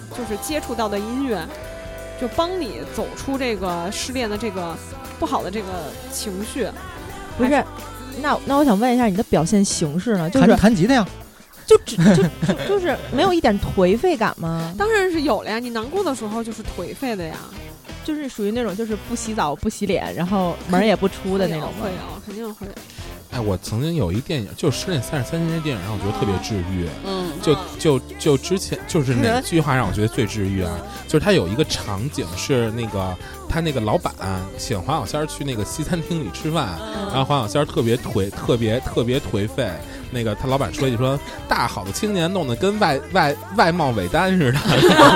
S3: 就是接触到的音乐，就帮你走出这个失恋的这个不好的这个情绪。
S1: 不是，那那我想问一下，你的表现形式呢？就是
S5: 弹弹吉他呀，
S1: 就只就就就是没有一点颓废感吗？
S3: 当然是有了呀，你难过的时候就是颓废的呀，
S1: 就是属于那种就是不洗澡不洗脸，然后门也不出的那种吗？
S3: 会有，肯定会有。
S4: 哎，我曾经有一电影，就《失恋三十三天》这电影让我觉得特别治愈。
S2: 嗯，
S4: 就就就之前就是哪句话让我觉得最治愈啊？就是他有一个场景是那个他那个老板请黄小仙去那个西餐厅里吃饭，然后黄小仙特别颓，特别特别颓废。那个他老板说一句说大好的青年弄得跟外外外贸尾单似的。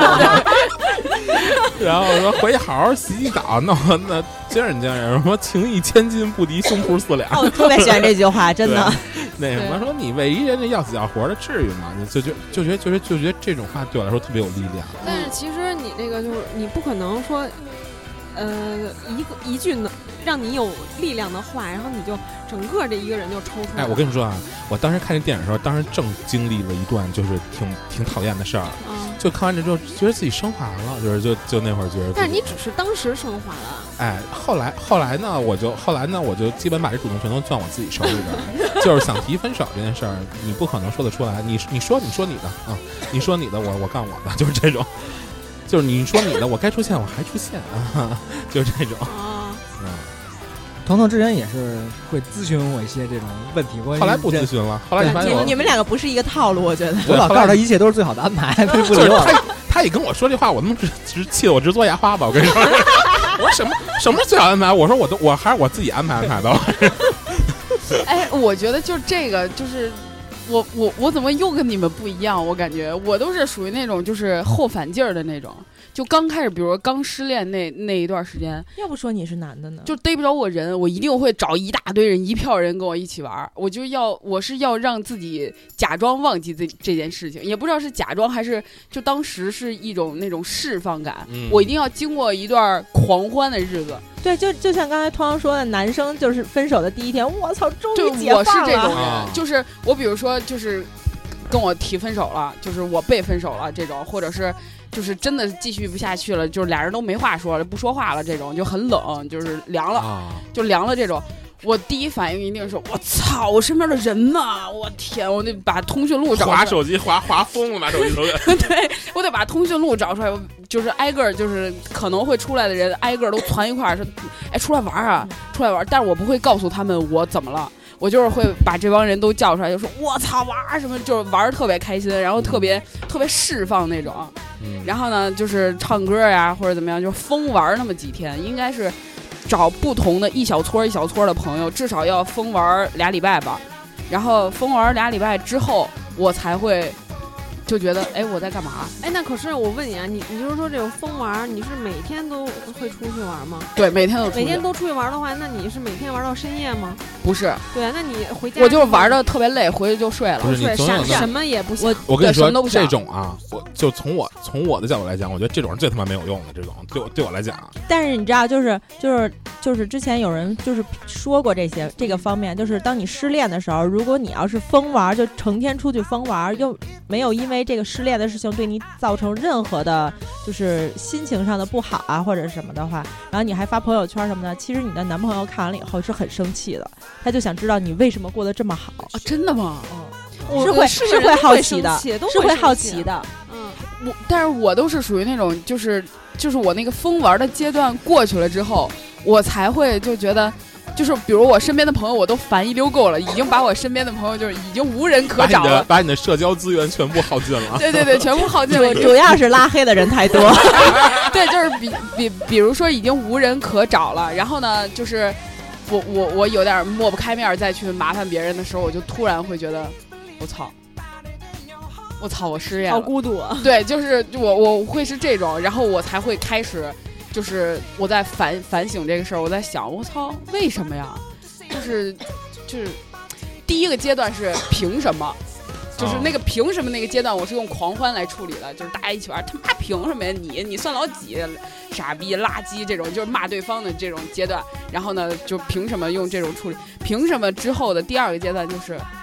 S4: 然后说回去好好洗洗澡，弄那精神精神，说情义千金不敌胸脯四两。
S1: 哦，我特别喜欢这句话，真的。
S4: 那什么说你为一人家要死要活的，至于吗？就就就觉得就觉得就觉得这种话对我来说特别有力量。
S3: 但是其实你这个就是你不可能说，呃，一个一句呢让你有力量的话，然后你就整个这一个人就抽出来。
S4: 哎，我跟你说啊，我当时看这电影的时候，当时正经历了一段就是挺挺讨厌的事儿。嗯。就看完这之后，觉得自己升华了，就是就就那会儿觉得。
S3: 但是你只是当时升华了。
S4: 哎，后来后来呢，我就后来呢，我就基本把这主动权都攥我自己手里边，就是想提分手这件事儿，你不可能说得出来。你你说你说你的啊、嗯，你说你的，我我干我的，就是这种，就是你说你的，我该出现我还出现啊，就是这种。
S3: 啊，
S4: 嗯。
S5: 彤彤之前也是会咨询我一些这种问题，
S4: 后来不咨询了。后来你发现
S1: 你你们两个不是一个套路，我觉得。
S5: 我老告诉他一切都是最好的安排，他就不理我。
S4: 他他一跟我说这话，我他妈直直气得我直嘬牙花吧！我跟你说，我说什么什么最好安排？我说我都我还是我自己安排安排的。
S2: 哎，我觉得就这个就是我我我怎么又跟你们不一样？我感觉我都是属于那种就是后反劲儿的那种。就刚开始，比如说刚失恋那那一段时间，
S1: 要不说你是男的呢，
S2: 就逮不着我人，我一定会找一大堆人，一票人跟我一起玩。我就要，我是要让自己假装忘记这这件事情，也不知道是假装还是就当时是一种那种释放感。嗯、我一定要经过一段狂欢的日子。
S1: 对，就就像刚才汤说的，男生就是分手的第一天，我操，终于解放了。
S2: 我是这种人，
S4: 啊、
S2: 就是我比如说就是跟我提分手了，就是我被分手了这种，或者是。就是真的继续不下去了，就是俩人都没话说了，不说话了，这种就很冷，就是凉了，啊、就凉了这种。我第一反应一定是我操，我身边的人呢？我天，我得把通讯录找出来。
S4: 划手机划划疯了，把手机都给。
S2: 对，我得把通讯录找出来，就是挨个就是可能会出来的人，挨个都攒一块儿说，哎，出来玩啊，出来玩。但是我不会告诉他们我怎么了。我就是会把这帮人都叫出来，就说我操玩什么，就是玩特别开心，然后特别、嗯、特别释放那种。嗯、然后呢，就是唱歌呀或者怎么样，就疯玩那么几天，应该是找不同的一小撮一小撮的朋友，至少要疯玩俩礼拜吧。然后疯玩俩礼拜之后，我才会就觉得，哎，我在干嘛？
S3: 哎，那可是我问你啊，你你就是说这种疯玩，你是每天都会出去玩吗？
S2: 对，每天都出去
S3: 每天都出去玩的话，那你是每天玩到深夜吗？
S2: 不是，
S3: 对，那你回家
S2: 我就是玩的特别累，回去就睡了，
S4: 不是
S3: 睡，啥什么也不想。
S4: 我跟你说，这种啊，我就从我从我的角度来讲，我觉得这种是最他妈没有用的，这种对我对我来讲。
S1: 但是你知道，就是就是就是之前有人就是说过这些这个方面，就是当你失恋的时候，如果你要是疯玩，就成天出去疯玩，又没有因为这个失恋的事情对你造成任何的，就是心情上的不好啊或者什么的话，然后你还发朋友圈什么的，其实你的男朋友看完了以后是很生气的，他就想知道你为什么过得这么好
S2: 啊？真的吗？
S1: 嗯，是会
S3: 是
S1: 会好奇的，
S3: 是
S1: 会好奇的。
S2: 嗯，我但是我都是属于那种，就是就是我那个疯玩的阶段过去了之后，我才会就觉得。就是比如我身边的朋友我都烦一溜够了，已经把我身边的朋友就是已经无人可找了，
S4: 把你的把你的社交资源全部耗尽了。
S2: 对对对，全部耗尽了。
S1: 主要是拉黑的人太多。
S2: 对，就是比比比如说已经无人可找了，然后呢，就是我我我有点抹不开面再去麻烦别人的时候，我就突然会觉得，我操，我操，我失恋了，
S3: 好孤独啊。
S2: 对，就是我我会是这种，然后我才会开始。就是我在反反省这个事儿，我在想，我操，为什么呀？就是就是第一个阶段是凭什么？就是那个凭什么那个阶段，我是用狂欢来处理的，就是大家一起玩，他妈凭什么呀？你你算老几？傻逼、垃圾这种，就是骂对方的这种阶段。然后呢，就凭什么用这种处理？凭什么之后的第二个阶段就是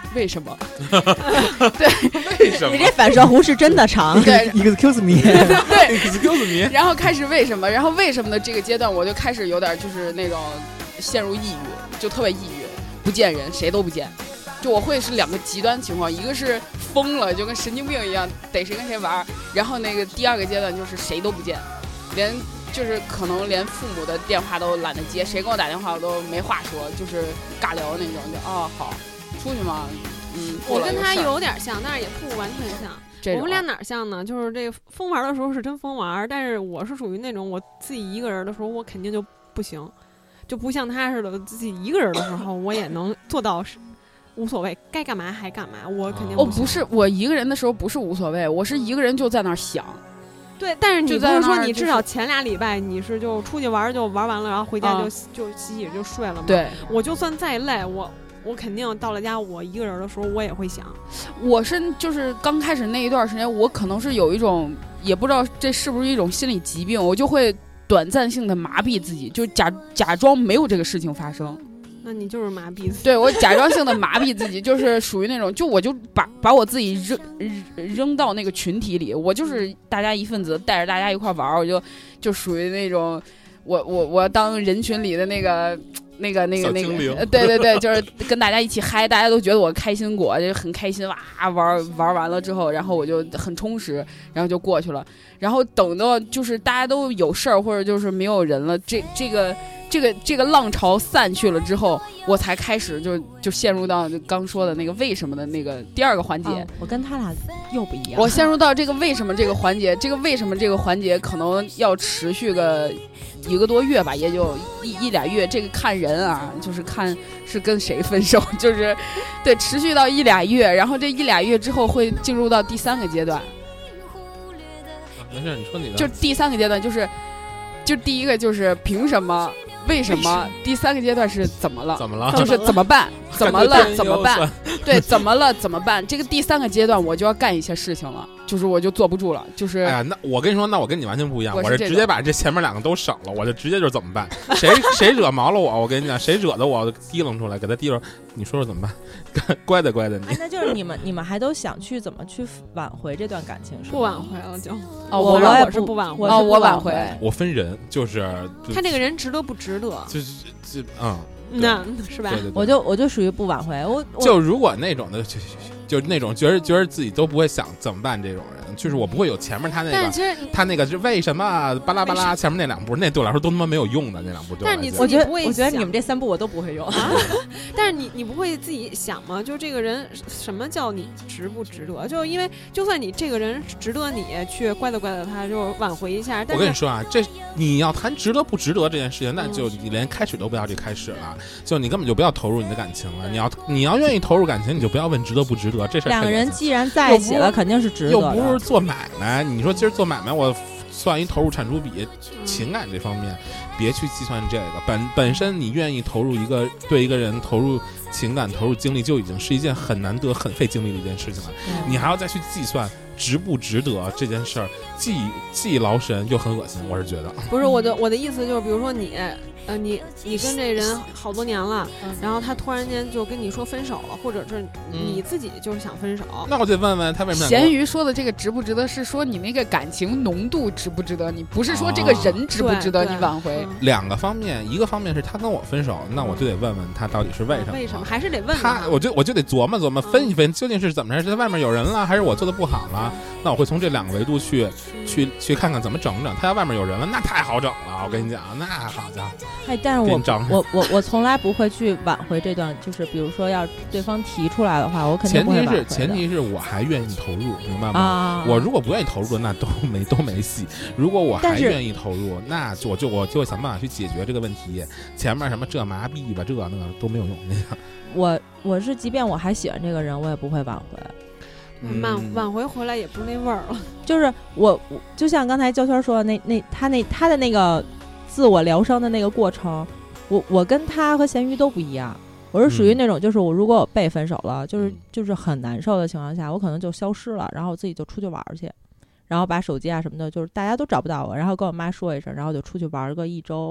S2: 为什么？
S4: 为什么？
S1: 你这反射弧是真的长。
S2: 对
S5: ，excuse me，
S2: 对
S4: ，excuse me，
S2: 然后开始为什么？然后为什么的这个阶段，我就开始有点就是那种陷入抑郁，就特别抑郁，不见人，谁都不见。就我会是两个极端情况，一个是疯了，就跟神经病一样，逮谁跟谁玩。然后那个第二个阶段就是谁都不见，连就是可能连父母的电话都懒得接，谁跟我打电话我都没话说，就是尬聊那种。就哦好，出去嘛，嗯。
S3: 我跟他有点像，但是也不完全像。我们俩哪儿像呢？就是这个疯玩的时候是真疯玩，但是我是属于那种我自己一个人的时候，我肯定就不行，就不像他似的，自己一个人的时候我也能做到无所谓，该干嘛还干嘛，我肯定不。
S2: 哦，不是，我一个人的时候不是无所谓，我是一个人就在那儿想。
S3: 对，但是你不是说你至少前俩礼拜你是就出去玩就玩完了，然后回家就、嗯、就洗洗就睡了吗？
S2: 对，
S3: 我就算再累，我我肯定到了家，我一个人的时候我也会想。
S2: 我是就是刚开始那一段时间，我可能是有一种也不知道这是不是一种心理疾病，我就会短暂性的麻痹自己，就假假装没有这个事情发生。
S3: 那你就是麻痹自己。
S2: 对，我假装性的麻痹自己，就是属于那种，就我就把把我自己扔扔到那个群体里，我就是大家一份子，带着大家一块玩，我就就属于那种，我我我当人群里的那个那个那个那个，对对对，就是跟大家一起嗨，大家都觉得我开心果，就很开心哇，玩玩完了之后，然后我就很充实，然后就过去了，然后等到就是大家都有事儿或者就是没有人了，这这个。这个这个浪潮散去了之后，我才开始就就陷入到刚说的那个为什么的那个第二个环节。哦、
S1: 我跟他俩又不一样。
S2: 我陷入到这个为什么这个环节，这个为什么这个环节可能要持续个一个多月吧，也就一一俩月。这个看人啊，就是看是跟谁分手，就是对持续到一俩月，然后这一俩月之后会进入到第三个阶段。
S4: 没事，你说你的。
S2: 就第三个阶段就是，就第一个就是凭什么。为什么？第三个阶段是怎么了？
S4: 怎么了？
S2: 就是怎么办？怎么了？怎么办？对，怎么了？怎么办？这个第三个阶段我就要干一些事情了，就是我就坐不住了，就是。
S4: 哎呀，那我跟你说，那我跟你完全不一样，我是直接把这前面两个都省了，我就直接就是怎么办？谁谁惹毛了我，我跟你讲，谁惹的我，我提楞出来，给他提楞。你说说怎么办？乖的乖的你。
S1: 哎，那就是你们你们还都想去怎么去挽回这段感情？是
S3: 不挽回了就。
S1: 哦，
S3: 我
S1: 我
S3: 也是不挽回。
S2: 哦，我挽回。
S4: 我分人，就是
S3: 他这个人值得不值得？
S4: 就是就嗯。
S3: 那是吧？
S4: 对对对，
S1: 我就我就属于不挽回。我
S4: 就如果那种的，就就那种觉得觉得自己都不会想怎么办这种人，就是我不会有前面他那个他那个是为什么巴拉巴拉前面那两步，那对我来说都他妈没有用的那两步。
S3: 但是你
S1: 我觉得我觉得你们这三步我都不会用。
S3: 啊、但是你你不会自己想吗？就这个人什么叫你值不值得？就因为就算你这个人值得你去乖的乖的他，就挽回一下。但是
S4: 我跟你说啊，这你要谈值得不值得这件事情，那就你连开始都不要去开始了，就你根本就不要投入你的感情了。你要你要愿意投入感情，你就不要问值得不值得这事儿。
S1: 两个人既然在一起了，肯定是值得的。
S4: 又不是做买卖，你说今儿做买卖，我算一投入产出比，情感这方面别去计算这个。本本身你愿意投入一个对一个人投入情感、投入精力，就已经是一件很难得、很费精力的一件事情了。嗯、你还要再去计算值不值得这件事儿，既既劳神又很恶心。我是觉得，
S3: 不是我的我的意思就是，比如说你。呃，你你跟这人好多年了，嗯、然后他突然间就跟你说分手了，或者是你自己就是想分手，嗯、
S4: 那我得问问他为什么。
S2: 咸鱼说的这个值不值得，是说你那个感情浓度值不值得，你不是说这个人值不值得你挽回。
S3: 哦、
S4: 两个方面，一个方面是他跟我分手，那我就得问问他到底是为什么。
S3: 为什么还是得问
S4: 他？我就我就得琢磨琢磨，分一分究竟是怎么着，是在外面有人了，还是我做的不好了？那我会从这两个维度去去去看看怎么整整。他要外面有人了，那太好整了，我跟你讲，那好家伙。
S1: 哎，但是我。我我我从来不会去挽回这段，就是比如说要对方提出来的话，我肯定不会挽回的。
S4: 前提是前提是我还愿意投入，明白吗？
S1: 啊、
S4: 我如果不愿意投入，那都没都没戏。如果我还愿意投入，那就我就我就会想办法去解决这个问题。前面什么这麻痹吧，这那个都没有用。那个，
S1: 我我是即便我还喜欢这个人，我也不会挽回。
S3: 挽、嗯、挽回回来也不是那味儿了。
S1: 就是我我就像刚才焦圈说的那那他那他的那个自我疗伤的那个过程。我我跟他和咸鱼都不一样，我是属于那种，就是我如果我被分手了，就是就是很难受的情况下，我可能就消失了，然后我自己就出去玩去，然后把手机啊什么的，就是大家都找不到我，然后跟我妈说一声，然后就出去玩个一周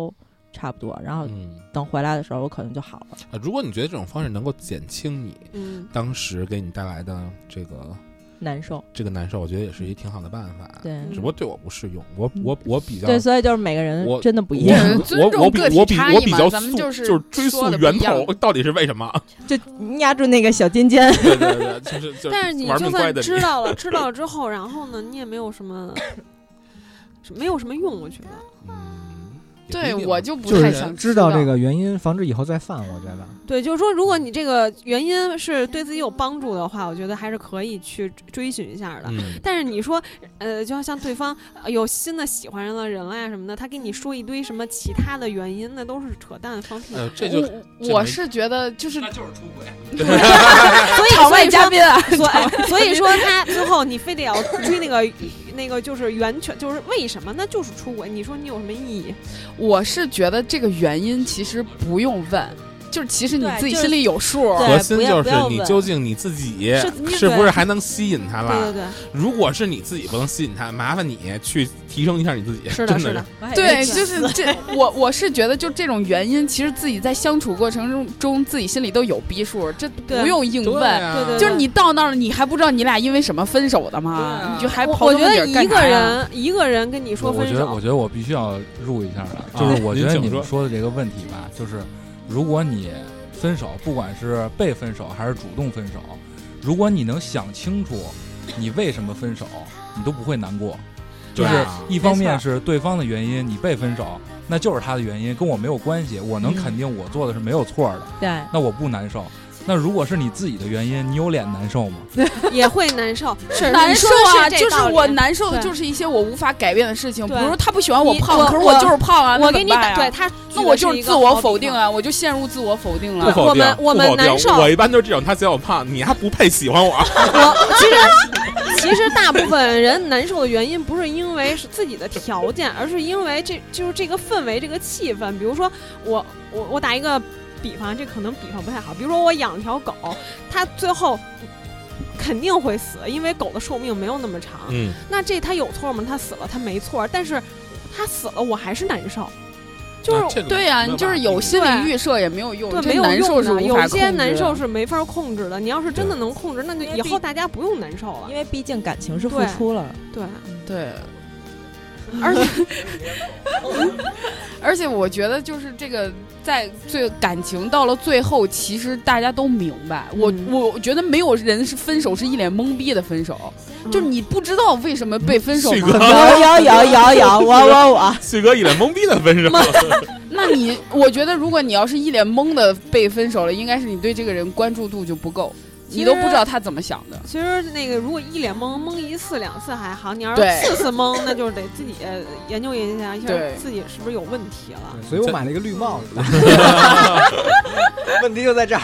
S1: 差不多，然后
S4: 嗯
S1: 等回来的时候我可能就好了。
S4: 啊，如果你觉得这种方式能够减轻你
S3: 嗯，
S4: 当时给你带来的这个
S1: 难受，
S4: 这个难受，我觉得也是一挺好的办法。
S1: 对
S4: 只不过对我不适用，我我我比较
S1: 对，所以就是每个人
S4: 我
S1: 真的不一
S2: 我
S1: 样。
S2: 尊重
S4: 我我比
S2: 个体
S4: 我比
S2: 差异嘛
S4: 我比较溯
S2: 咱们就是
S4: 就是追溯源
S2: 说的不一样
S4: 头到底是为什么？
S1: 就压住那个小尖尖。
S4: 对对对，就是就是
S3: 但是你就
S4: 玩命乖的你
S3: 算知道了，知道了之后，然后呢，你也没有什么，没有什么用，我觉得。
S4: 嗯，也不
S2: 对
S4: 一定
S2: 我就不
S5: 就是
S2: 太想
S5: 知道这个原因，防止以后再犯。我觉得，
S3: 对，就是说，如果你这个原因是对自己有帮助的话，我觉得还是可以去追寻一下的。
S4: 嗯
S3: 但是你说，呃，就像对方呃有新的喜欢上的人了呀什么的，他跟你说一堆什么其他的原因，那都是扯淡放屁。
S4: 哎呦，这就
S2: 我我是觉得就是
S4: 那就是出轨。
S3: 所以
S2: 场外
S3: 所以说
S2: 嘉宾啊，
S3: 所以所以说他最后你非得要追那个那个就是源泉，就是为什么？那就是出轨。你说你有什么意义？
S2: 我是觉得这个原因其实不用问，就是其实你
S1: 对就是
S2: 自己心里有数。
S1: 对
S4: 核心
S1: 不要
S4: 就是你
S1: 不要问
S4: 究竟你自己
S3: 是你
S4: 是不是还能吸引他
S3: 对对
S4: 了？
S3: 对，
S4: 如果是你自己不能吸引他，麻烦你去提升一下你自己。
S3: 是的，
S4: 真的
S3: 是的。
S2: 对，就是这，我我是觉得就这种原因，其实自己在相处过程中中自己心里都有逼数，这
S3: 对
S2: 不用硬
S4: 对
S2: 问。
S4: 啊
S3: 对对
S2: 就是你到那儿了，你还不知道你俩因为什么分手的吗？
S4: 对啊
S2: 你就还
S3: 我
S2: 刨这么底儿
S3: 我觉得一个
S2: 干啥呀？
S3: 人一个人跟你说分
S6: 我觉得，我
S3: 手，
S6: 觉得我必须要入一下了，
S4: 啊
S6: 就是我觉得你
S4: 您请说
S6: 们说的这个问题吧，就是如果你分手，不管是被分手还是主动分手，如果你能想清楚你为什么分手，你都不会难过。就是
S4: 对啊
S6: 一方面
S1: 没错
S6: 是对方的原因，你被分手，那就是他的原因，跟我没有关系，我能
S1: 嗯
S6: 肯定我做的是没有错的，
S1: 对，
S6: 那我不难受。那如果是你自己的原因，你有脸难受吗？
S3: 也会难受，是
S2: 难受啊，
S3: 你说的
S2: 就是是
S3: 这道理
S2: 我难受的，
S3: 对
S2: 就是一些我无法改变的事情，比
S3: 对
S2: 如说他不喜欢我
S3: 你
S2: 胖，
S3: 我我
S2: 可是我就是胖啊，
S3: 我给你打，
S2: 那怎么办呀
S3: 对他，
S2: 那我就是自我否定。啊，我就陷入自我否定了。
S4: 不否定，
S3: 我们我们
S4: 不否定
S3: 难受
S4: 我一般都是这种，他嫌我胖，你还不配喜欢我。
S3: 我其实其实大部分人难受的原因不是因为是自己的条件，而是因为这就是这个氛围、这个气氛。比如说我我我打一个比方，这可能比方不太好。比如说我养条狗，它最后肯定会死，因为狗的寿命没有那么长。
S4: 嗯，
S3: 那这它有错吗？它死了，它没错，但是它死了，我还是难受。就是、
S4: 那这个
S2: 对呀、你就是有心
S3: 对
S2: 理预设也没有用，
S3: 对，没有
S2: 这难受
S3: 用的。
S2: 是无法
S3: 有些
S2: 控制的
S3: 难受是没法控制的。你要是真的能控制，那就以后大家不用难受了
S1: 因。为毕竟感情是付
S3: 对
S1: 出了。
S3: 对，
S2: 对，而且而且我觉得就是这个，在最感情到了最后，其实大家都明白。我
S3: 嗯
S2: 我觉得没有人是分手是一脸懵逼的分手，就是你不知道为什么被分手吗？
S4: 旭哥
S1: 有有有有有，我我我，
S4: 旭哥一脸懵逼的分手。
S2: 那你我觉得，如果你要是一脸懵的被分手了，应该是你对这个人关注度就不够，你都不知道他怎么想的。
S3: 其实那个如果一脸懵懵一次两次还好，你要是
S2: 对
S3: 次次懵，那就是得自己呃研究研究一下，一下
S2: 对
S3: 自己是不是有问题了。
S5: 所以我买了一个绿帽子。问题就在这儿。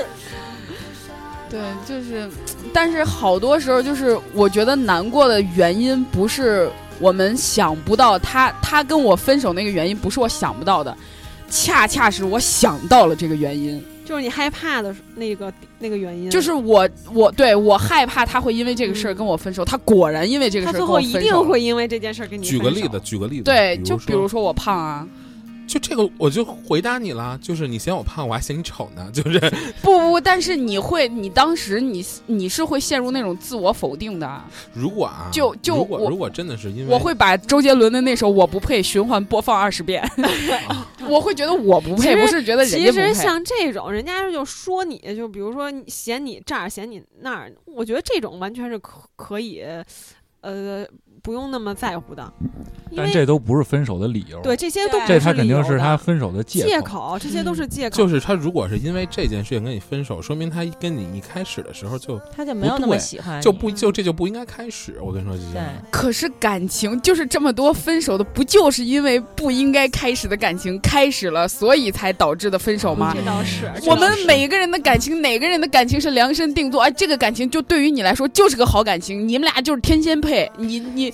S2: 对，就是，但是好多时候就是，我觉得难过的原因不是我们想不到他，他跟我分手那个原因不是我想不到的，恰恰是我想到了这个原因，
S3: 就是你害怕的那个那个原因，
S2: 就是我我对我害怕他会因为这个事儿跟我分手，他果然因为这个
S3: 他最
S2: 事儿跟我
S3: 后一定
S2: 分手了。
S3: 会因为这件事跟你分手
S4: 举个例子，，举个例子，
S2: 对，就比
S4: 比说，
S2: 如说我胖啊，
S4: 就这个我就回答你了，就是你嫌我胖，我还嫌你丑呢，就是
S2: 不不，但是你会，你当时你你是会陷入那种自我否定的。
S4: 如果啊，
S2: 就就我
S4: 如果如果真的是因为
S2: 我会把周杰伦的那首《我不配》循环播放二十遍，我会觉得我不配，
S3: 其实
S2: 不是觉得人
S3: 其
S2: 家不配。
S3: 实像这种，人家就说你，就比如说你嫌你这儿，嫌你那儿，我觉得这种完全是可可以，呃，不用那么在乎的，因为
S6: 但这都不是分手的理由。
S3: 对这些都
S1: 对
S3: 不
S6: 这他肯定
S3: 理由的
S6: 是他分手的借
S3: 借
S6: 口。
S3: 口，这些都是借口。
S4: 就是他如果是因为这件事情跟你分手，说明他跟你一开始的时候就
S1: 他就没有那么喜欢你，
S4: 就不就这就不应该开始。我跟你说，就
S1: 对。
S2: 可是感情就是这么多分手的，不就是因为不应该开始的感情开始了，所以才导致的分手吗？
S3: 这倒是，
S2: 我们
S3: 这倒是
S2: 每个人的感情，哪个人的感情是量身定做？哎，这个感情就对于你来说就是个好感情，你们俩就是天仙配。你你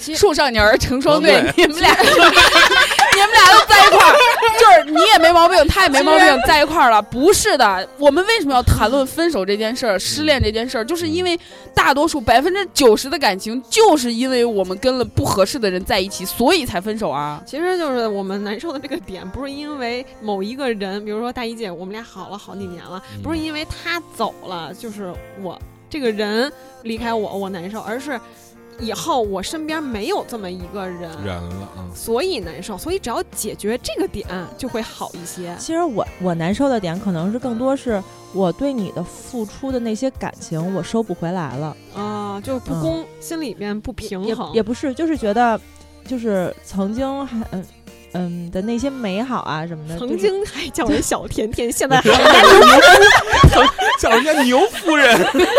S2: 树上鸟儿成双对，你们俩你们俩都在一块儿，就是你也没毛病，他也没毛病，在一块儿了。不是的，我们为什么要谈论分手这件事儿、失恋这件事儿？就是因为大多数百分之九十的感情，就是因为我们跟了不合适的人在一起，所以才分手啊。
S3: 其实就是我们难受的这个点，不是因为某一个人，比如说大一姐，我们俩好了好几年了，不是因为他走了，就是我这个人离开我，我难受，而是以后我身边没有这么一个人
S4: 人了，嗯，
S3: 所以难受。所以只要解决这个点，就会好一些。
S1: 其实我我难受的点，可能是更多是我对你的付出的那些感情，我收不回来了
S3: 啊，就不公，嗯、心里边不平衡。
S1: 也, 也不是，就是觉得，就是曾经还嗯。嗯的那些美好啊什么的，
S3: 曾经还叫人小甜甜，现在还
S4: 叫人家牛夫人，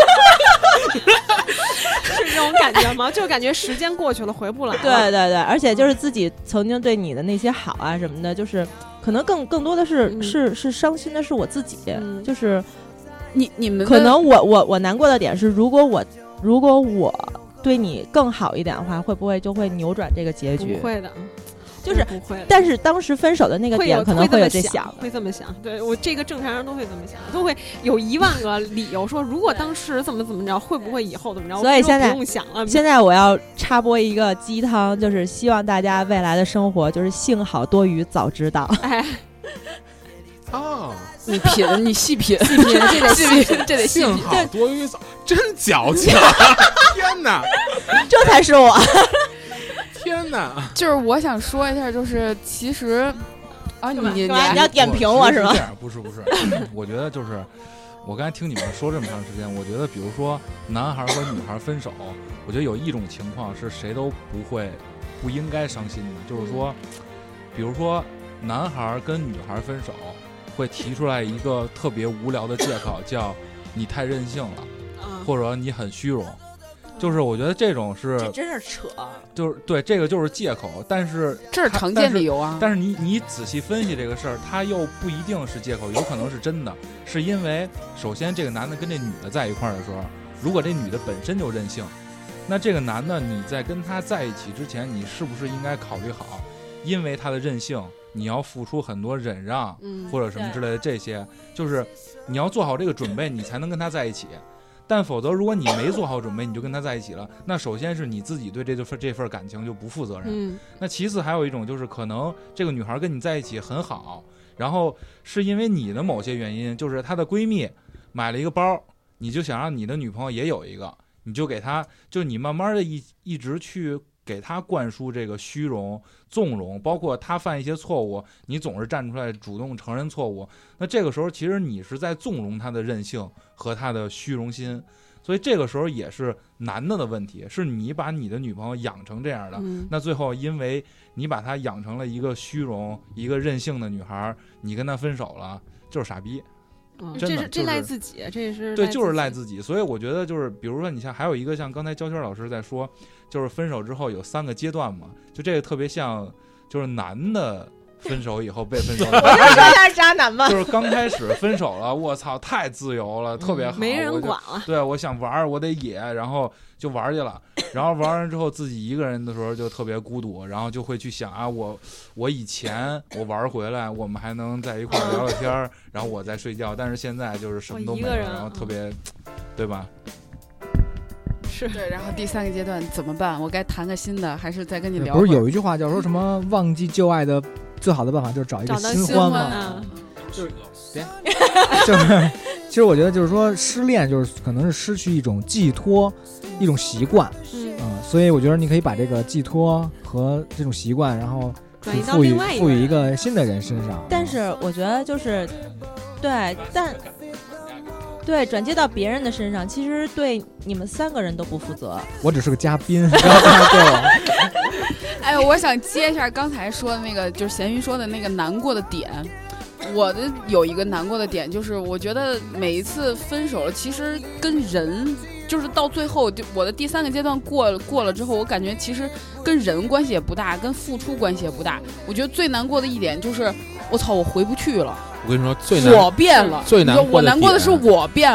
S3: 是这种感觉吗？就感觉时间过去了，回不来了。
S1: 对对对，而且就是自己曾经对你的那些好啊什么的，就是可能更更多的是、嗯、是是伤心的是我自己，嗯、就是
S2: 你你们
S1: 可能我我我难过的点是，如果我如果我对你更好一点的话，会不会就会扭转这个结局？
S3: 不会的。
S1: 就是，但是当时分手的那个点可能会有这想，
S3: 会这么想。对我这个正常人都会这么想，都会有一万个理由说，如果当时怎么怎么着，会不会以后怎么着？
S1: 所以现在
S3: 不用想了。
S1: 现在我要插播一个鸡汤，就是希望大家未来的生活就是幸好多余，早知道。
S3: 哎，
S4: 哦，
S2: 你品，你细品，
S3: 细品，这得细品，这得细
S4: 品。幸好多余早，真矫情！天哪，
S1: 这才是我。
S4: 天哪！
S2: 就是我想说一下，就是其实啊，你你
S1: 你要点评我是吗？
S6: 不是不是，我觉得就是我刚才听你们说这么长时间，我觉得比如说男孩和女孩分手，我觉得有一种情况是谁都不会不应该伤心的，就是说，比如说男孩跟女孩分手，会提出来一个特别无聊的借口，叫你太任性了，或者你很虚荣。就是我觉得这种是，
S1: 这真是扯，
S6: 就是对这个就是借口，但是
S2: 这是常见理由啊。
S6: 但是, 但是你你仔细分析这个事儿，它又不一定是借口，有可能是真的，是因为首先这个男的跟这女的在一块儿的时候，如果这女的本身就任性，那这个男的你在跟他在一起之前，你是不是应该考虑好，因为他的任性，你要付出很多忍让，
S3: 嗯、
S6: 或者什么之类的，这些就是你要做好这个准备，你才能跟他在一起。但否则，如果你没做好准备，你就跟他在一起了，那首先是你自己对这份这份感情就不负责任。
S3: 嗯，
S6: 那其次还有一种就是，可能这个女孩跟你在一起很好，然后是因为你的某些原因，就是她的闺蜜买了一个包，你就想让你的女朋友也有一个，你就给她，就你慢慢的一一直去给她灌输这个虚荣、纵容，包括她犯一些错误，你总是站出来主动承认错误，那这个时候其实你是在纵容她的任性和她的虚荣心，所以这个时候也是男的的问题，是你把你的女朋友养成这样的，
S3: 嗯、
S6: 那最后因为你把她养成了一个虚荣、一个任性的女孩，你跟她分手了，就是傻逼。
S3: 嗯、
S6: 真的、
S3: 这是这赖自己，这是
S6: 对，就是赖自己。所以我觉得就是，比如说你像还有一个像刚才焦圈老师在说，就是分手之后有三个阶段嘛，就这个特别像，就是男的分手以后被分手，
S1: 我就说他是渣男嘛，
S6: 就是刚开始分手了，我操，太自由了，特别好，
S3: 没人管了。
S6: 对，我想玩，我得野，然后就玩去了。然后玩完之后，自己一个人的时候就特别孤独，然后就会去想啊，我我以前我玩回来，我们还能在一块聊聊天，然后我再睡觉。但是现在就是什么都没有，然后特别，对吧？
S3: 是
S2: 对。然后第三个阶段怎么办？我该谈个新的，还是再跟你聊？
S5: 不是有一句话叫说什么忘记旧爱的最好的办法就是找一个新欢嘛？
S6: 就是别，
S5: 就是。其实我觉得就是说失恋就是可能是失去一种寄托，一种习惯，
S3: 嗯、
S5: 呃，所以我觉得你可以把这个寄托和这种习惯，然后
S3: 转移到
S5: 赋予
S3: 另外一个
S5: 赋予一个新的人身上。
S1: 但是我觉得就是对，但对转接到别人的身上，其实对你们三个人都不负责。
S5: 我只是个嘉宾，不要这样对我。
S2: 哎，我想接一下刚才说的那个，就是咸鱼说的那个难过的点。我的有一个难过的点，就是我觉得每一次分手了，其实跟人就是到最后，就我的第三个阶段过了过了之后，我感觉其实跟人关系也不大，跟付出关系也不大。我觉得最难过的一点就是，我操，我回不去了。
S4: 我跟你说，最难
S2: 我变了，
S4: 最难过的
S2: 我难过的是我变了。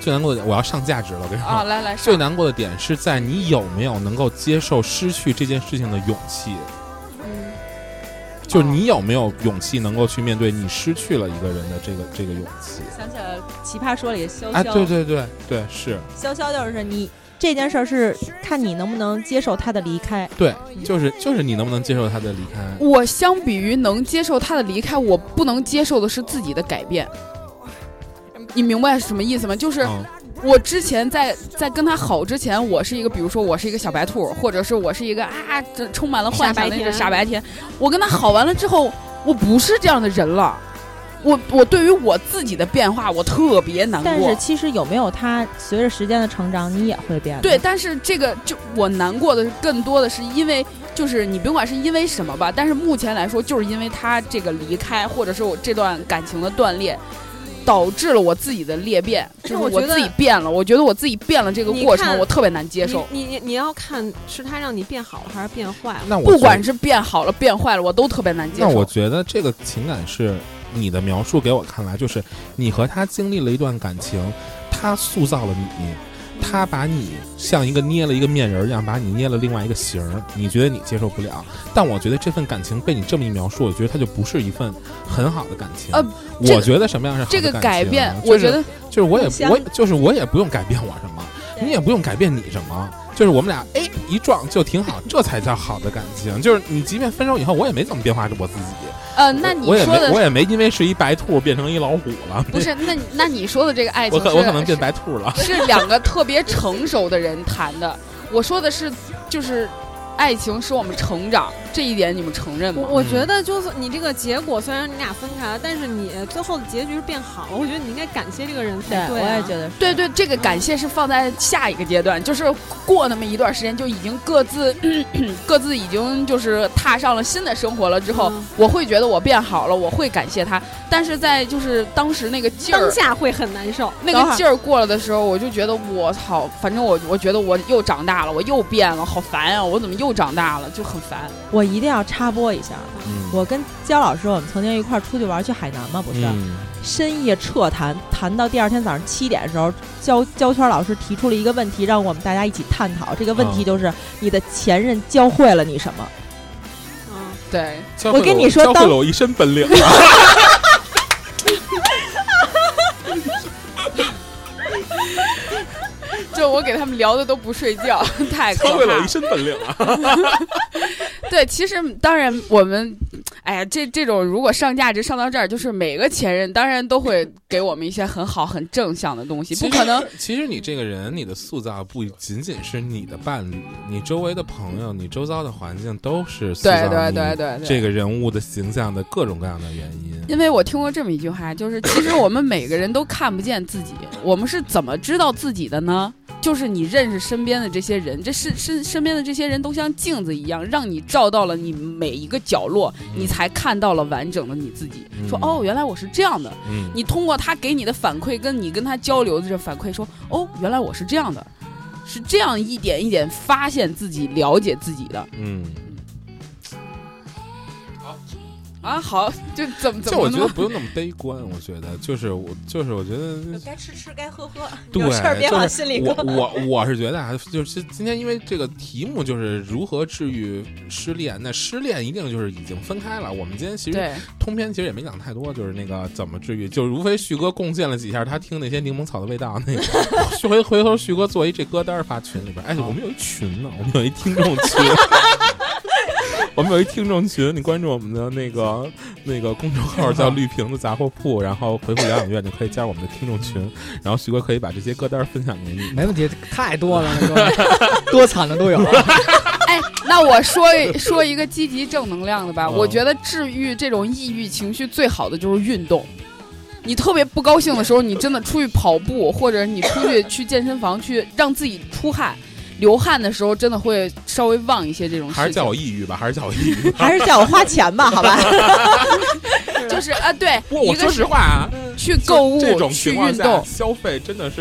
S4: 最难过的点，我要上价值了，我跟你说
S2: 啊，来来，
S4: 最难过的点是在你有没有能够接受失去这件事情的勇气。
S3: 嗯，
S4: 就是你有没有勇气能够去面对你失去了一个人的这个这个勇气。
S1: 想起了奇葩说里的潇潇，
S4: 啊，对对对对，是
S1: 潇潇就是你这件事儿是看你能不能接受他的离开。
S4: 对，就是就是你能不能接受他的离开。
S2: 我相比于能接受他的离开，我不能接受的是自己的改变。你明白是什么意思吗？就是、
S4: 嗯、
S2: 我之前在在跟他好之前，我是一个，比如说我是一个小白兔，或者是我是一个啊，这充满了幻想的那个傻白甜。我跟他好完了之后，我不是这样的人了。我我对于我自己的变化，我特别难过。
S1: 但是其实有没有他，随着时间的成长，你也会变的。
S2: 对，但是这个就我难过的更多的是因为，就是你甭管是因为什么吧，但是目前来说，就是因为他这个离开，或者是我这段感情的断裂，导致了我自己的裂变，就是我自己变了。我觉得我自己变了这个过程，我特别难接受。
S3: 你你你要看是他让你变好了还是变坏了？
S4: 那我
S2: 不管是变好了变坏了，我都特别难接受。
S4: 那我觉得这个情感是。你的描述给我看来就是你和他经历了一段感情，他塑造了你，他把你像一个捏了一个面人一样把你捏了另外一个形儿，你觉得你接受不了，但我觉得这份感情被你这么一描述，我觉得它就不是一份很好的感情。呃，我觉得什么样是好的感情？
S2: 这个改变，
S4: 就是、
S2: 我觉得
S4: 就是我也我就是我也不用改变我什么，你也不用改变你什么。就是我们俩哎一撞就挺好，这才叫好的感情。就是你即便分手以后，我也没怎么变化我自己。
S2: 呃，那你说的
S4: 我也没我也没因为是一白兔变成一老虎了。
S2: 不是，那那你说的这个爱情，
S4: 我可我可能变白兔了。
S2: 是两个特别成熟的人谈的。我说的是，就是爱情使我们成长，这一点你们承认吗？
S3: 我, 我觉得就是你这个结果，虽然你俩分开了，但是你最后的结局是变好了。我觉得你应该感谢这个人才对、啊。
S1: 我也觉得是。
S2: 对对，这个感谢是放在下一个阶段，就是过那么一段时间就已经各自各自已经就是踏上了新的生活了之后、嗯，我会觉得我变好了，我会感谢他。但是在就是当时那个劲儿，
S3: 当下会很难受。
S2: 那个劲儿过了的时候，我就觉得我操，反正我我觉得我又长大了，我又变了，好烦啊！我怎么又长大了，就很烦。
S1: 我一定要插播一下，
S4: 嗯、
S1: 我跟焦老师我们曾经一块儿出去玩，去海南嘛，不是、
S4: 嗯、
S1: 深夜彻谈，谈到第二天早上七点的时候，焦焦圈老师提出了一个问题，让我们大家一起探讨。这个问题就是、嗯、你的前任教会了你什么？
S2: 嗯，对，
S1: 我跟你说，
S4: 教会了我一身本领。
S2: 就我给他们聊的都不睡觉，太可怕了，
S4: 教会了我一身本领啊！
S2: 对，其实当然我们，哎呀，这这种如果上价值上到这儿，就是每个前任当然都会给我们一些很好很正向的东西，不可能。
S4: 其实你这个人，你的塑造不仅仅是你的伴侣，你周围的朋友，你周遭的环境都是塑造
S2: 对对对对
S4: 这个人物的形象的各种各样的原因。
S2: 因为我听过这么一句话，就是其实我们每个人都看不见自己，我们是怎么知道自己的呢？就是你认识身边的这些人，这是身身边的这些人都像镜子一样，让你照到了你每一个角落，
S4: 嗯、
S2: 你才看到了完整的你自己。
S4: 嗯、
S2: 说哦，原来我是这样的。
S4: 嗯、
S2: 你通过他给你的反馈，跟你跟他交流的这反馈，说哦，原来我是这样的，是这样一点一点发现自己、了解自己的。
S4: 嗯。
S2: 啊，好，就怎么怎么？
S4: 就我觉得不用那么悲观，我觉得就是我就是我觉得
S1: 该吃吃该喝喝，
S4: 对，
S1: 有事儿别往心里搁。
S4: 我我我是觉得啊，就是今天因为这个题目就是如何治愈失恋，那失恋一定就是已经分开了。我们今天其实通篇其实也没讲太多，就是那个怎么治愈，就无非旭哥贡献了几下他听那些柠檬草的味道，那个回回头旭哥做一这歌单发群里边，哎，我们有一群呢，我们有一听众群。我们有一听众群，你关注我们的那个那个公众号叫绿瓶子杂货铺，然后回复疗养院就可以加入我们的听众群，然后徐哥可以把这些歌单分享给你。
S5: 没问题，太多了，那个多惨的都有。
S2: 哎，那我说说一个积极正能量的吧，嗯、我觉得治愈这种抑郁情绪最好的就是运动。你特别不高兴的时候，你真的出去跑步，或者你出去去健身房去让自己出汗。流汗的时候真的会稍微忘一些这种事情，
S4: 还是叫我抑郁吧，还是叫我抑郁吧，
S1: 还是叫我花钱吧，好吧？
S2: 就是啊，对，
S4: 我说实话啊，
S2: 去购物、
S4: 这种
S2: 去运动，
S4: 消费真的是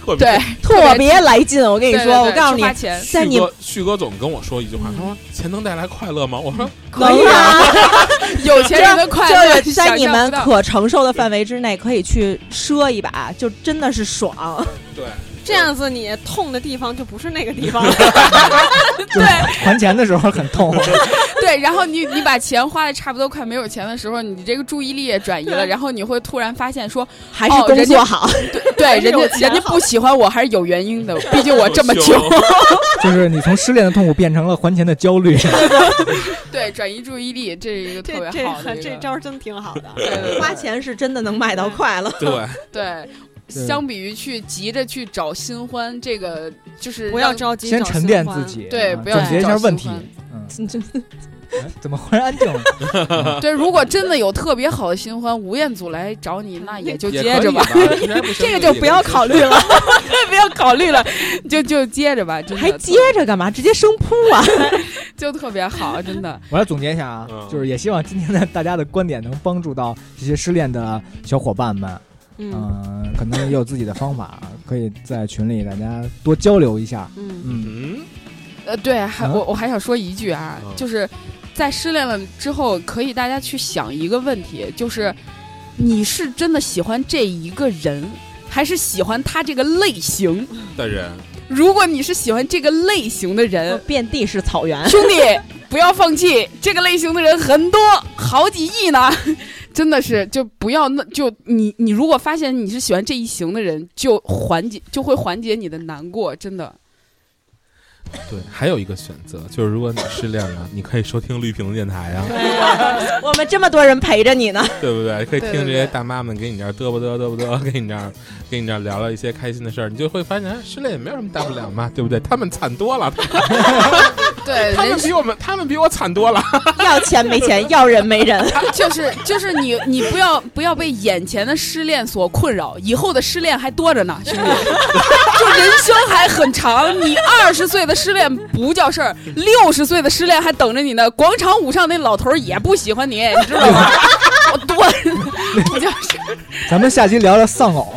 S4: 特别
S2: 对，
S1: 特别来劲。我跟你说，
S2: 对对对
S1: 我告诉你，
S2: 花钱
S1: 在你
S4: 旭哥，旭哥总跟我说一句话，他说钱能带来快乐吗？我说
S1: 可以啊，
S2: 有钱人的快乐
S1: 就是在你们
S2: 想象不到
S1: 可承受的范围之内，可以去赊一把，就真的是爽。
S4: 对。
S3: 这样子你痛的地方就不是那个地方了。
S5: 对，还钱的时候很痛。
S2: 对，然后你你把钱花的差不多快没有钱的时候，你这个注意力也转移了，然后你会突然发现说，
S1: 还是工作好。
S2: 对，人家人家不喜欢我还是有原因的，毕竟我这么穷。
S5: 就是你从失恋的痛苦变成了还钱的焦虑。
S2: 对，转移注意力，这是一个特别好的
S3: 这这招真挺好的。
S2: 对对对，
S1: 花钱是真的能买到快乐。
S4: 对
S2: 对。相比于去急着去找新欢，这个就是
S3: 不要着急，
S5: 先沉淀自己，
S2: 对，不要
S5: 总结一下问题。
S1: 嗯，
S5: 怎么忽然安静了？
S2: 对，如果真的有特别好的新欢，吴彦祖来找你，那也就接着吧。
S1: 这个就不要考虑了，
S2: 不要考虑了，就就接着吧。真的
S1: 还接着干嘛？直接生扑啊！
S2: 就特别好，真的。
S5: 我来总结一下啊，就是也希望今天的大家的观点能帮助到这些失恋的小伙伴们。嗯、呃，可能也有自己的方法，可以在群里大家多交流一下。
S3: 嗯
S2: 嗯，呃，对，还、嗯、我我还想说一句啊，嗯、就是在失恋了之后，可以大家去想一个问题，就是你是真的喜欢这一个人，还是喜欢他这个类型
S4: 的人？
S2: 如果你是喜欢这个类型的人，
S1: 遍地是草原，
S2: 兄弟，不要放弃，这个类型的人很多，好几亿呢。真的是，就不要那就你你如果发现你是喜欢这一型的人，就缓解就会缓解你的难过，真的。
S4: 对，还有一个选择就是，如果你失恋了，你可以收听绿屏电台啊。
S1: 我们这么多人陪着你呢，
S4: 对不对？可以听这些大妈们给你这儿嘚啵嘚嘚啵嘚，给你这儿给你这儿聊聊一些开心的事儿，你就会发现失恋也没有什么大不了嘛，对不对？他们惨多了。
S2: 对，
S4: 他们比我们，他们比我惨多了。
S1: 要钱没钱，要人没人。
S2: 就是就是你你不要不要被眼前的失恋所困扰，以后的失恋还多着呢，兄弟。就人生还很长，你二十岁的失恋不叫事儿，六十岁的失恋还等着你呢。广场舞上那老头也不喜欢你，你知道吗？我多不叫事儿。
S5: 咱们下期聊聊丧偶。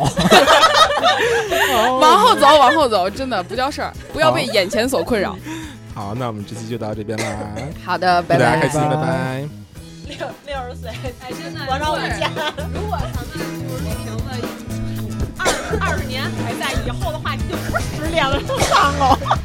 S2: 往后走，往后走，真的不叫事儿，不要被眼前所困扰。
S4: 好，那我们这期就到这边啦。
S2: 好的，拜拜，
S4: 大家开心，拜拜。
S1: 六六十岁，
S3: 哎，真的，
S1: 广场舞见。
S3: 如果咱们就是绿屏子二二十年还在，以后的话，你就不是失恋了，是丧偶。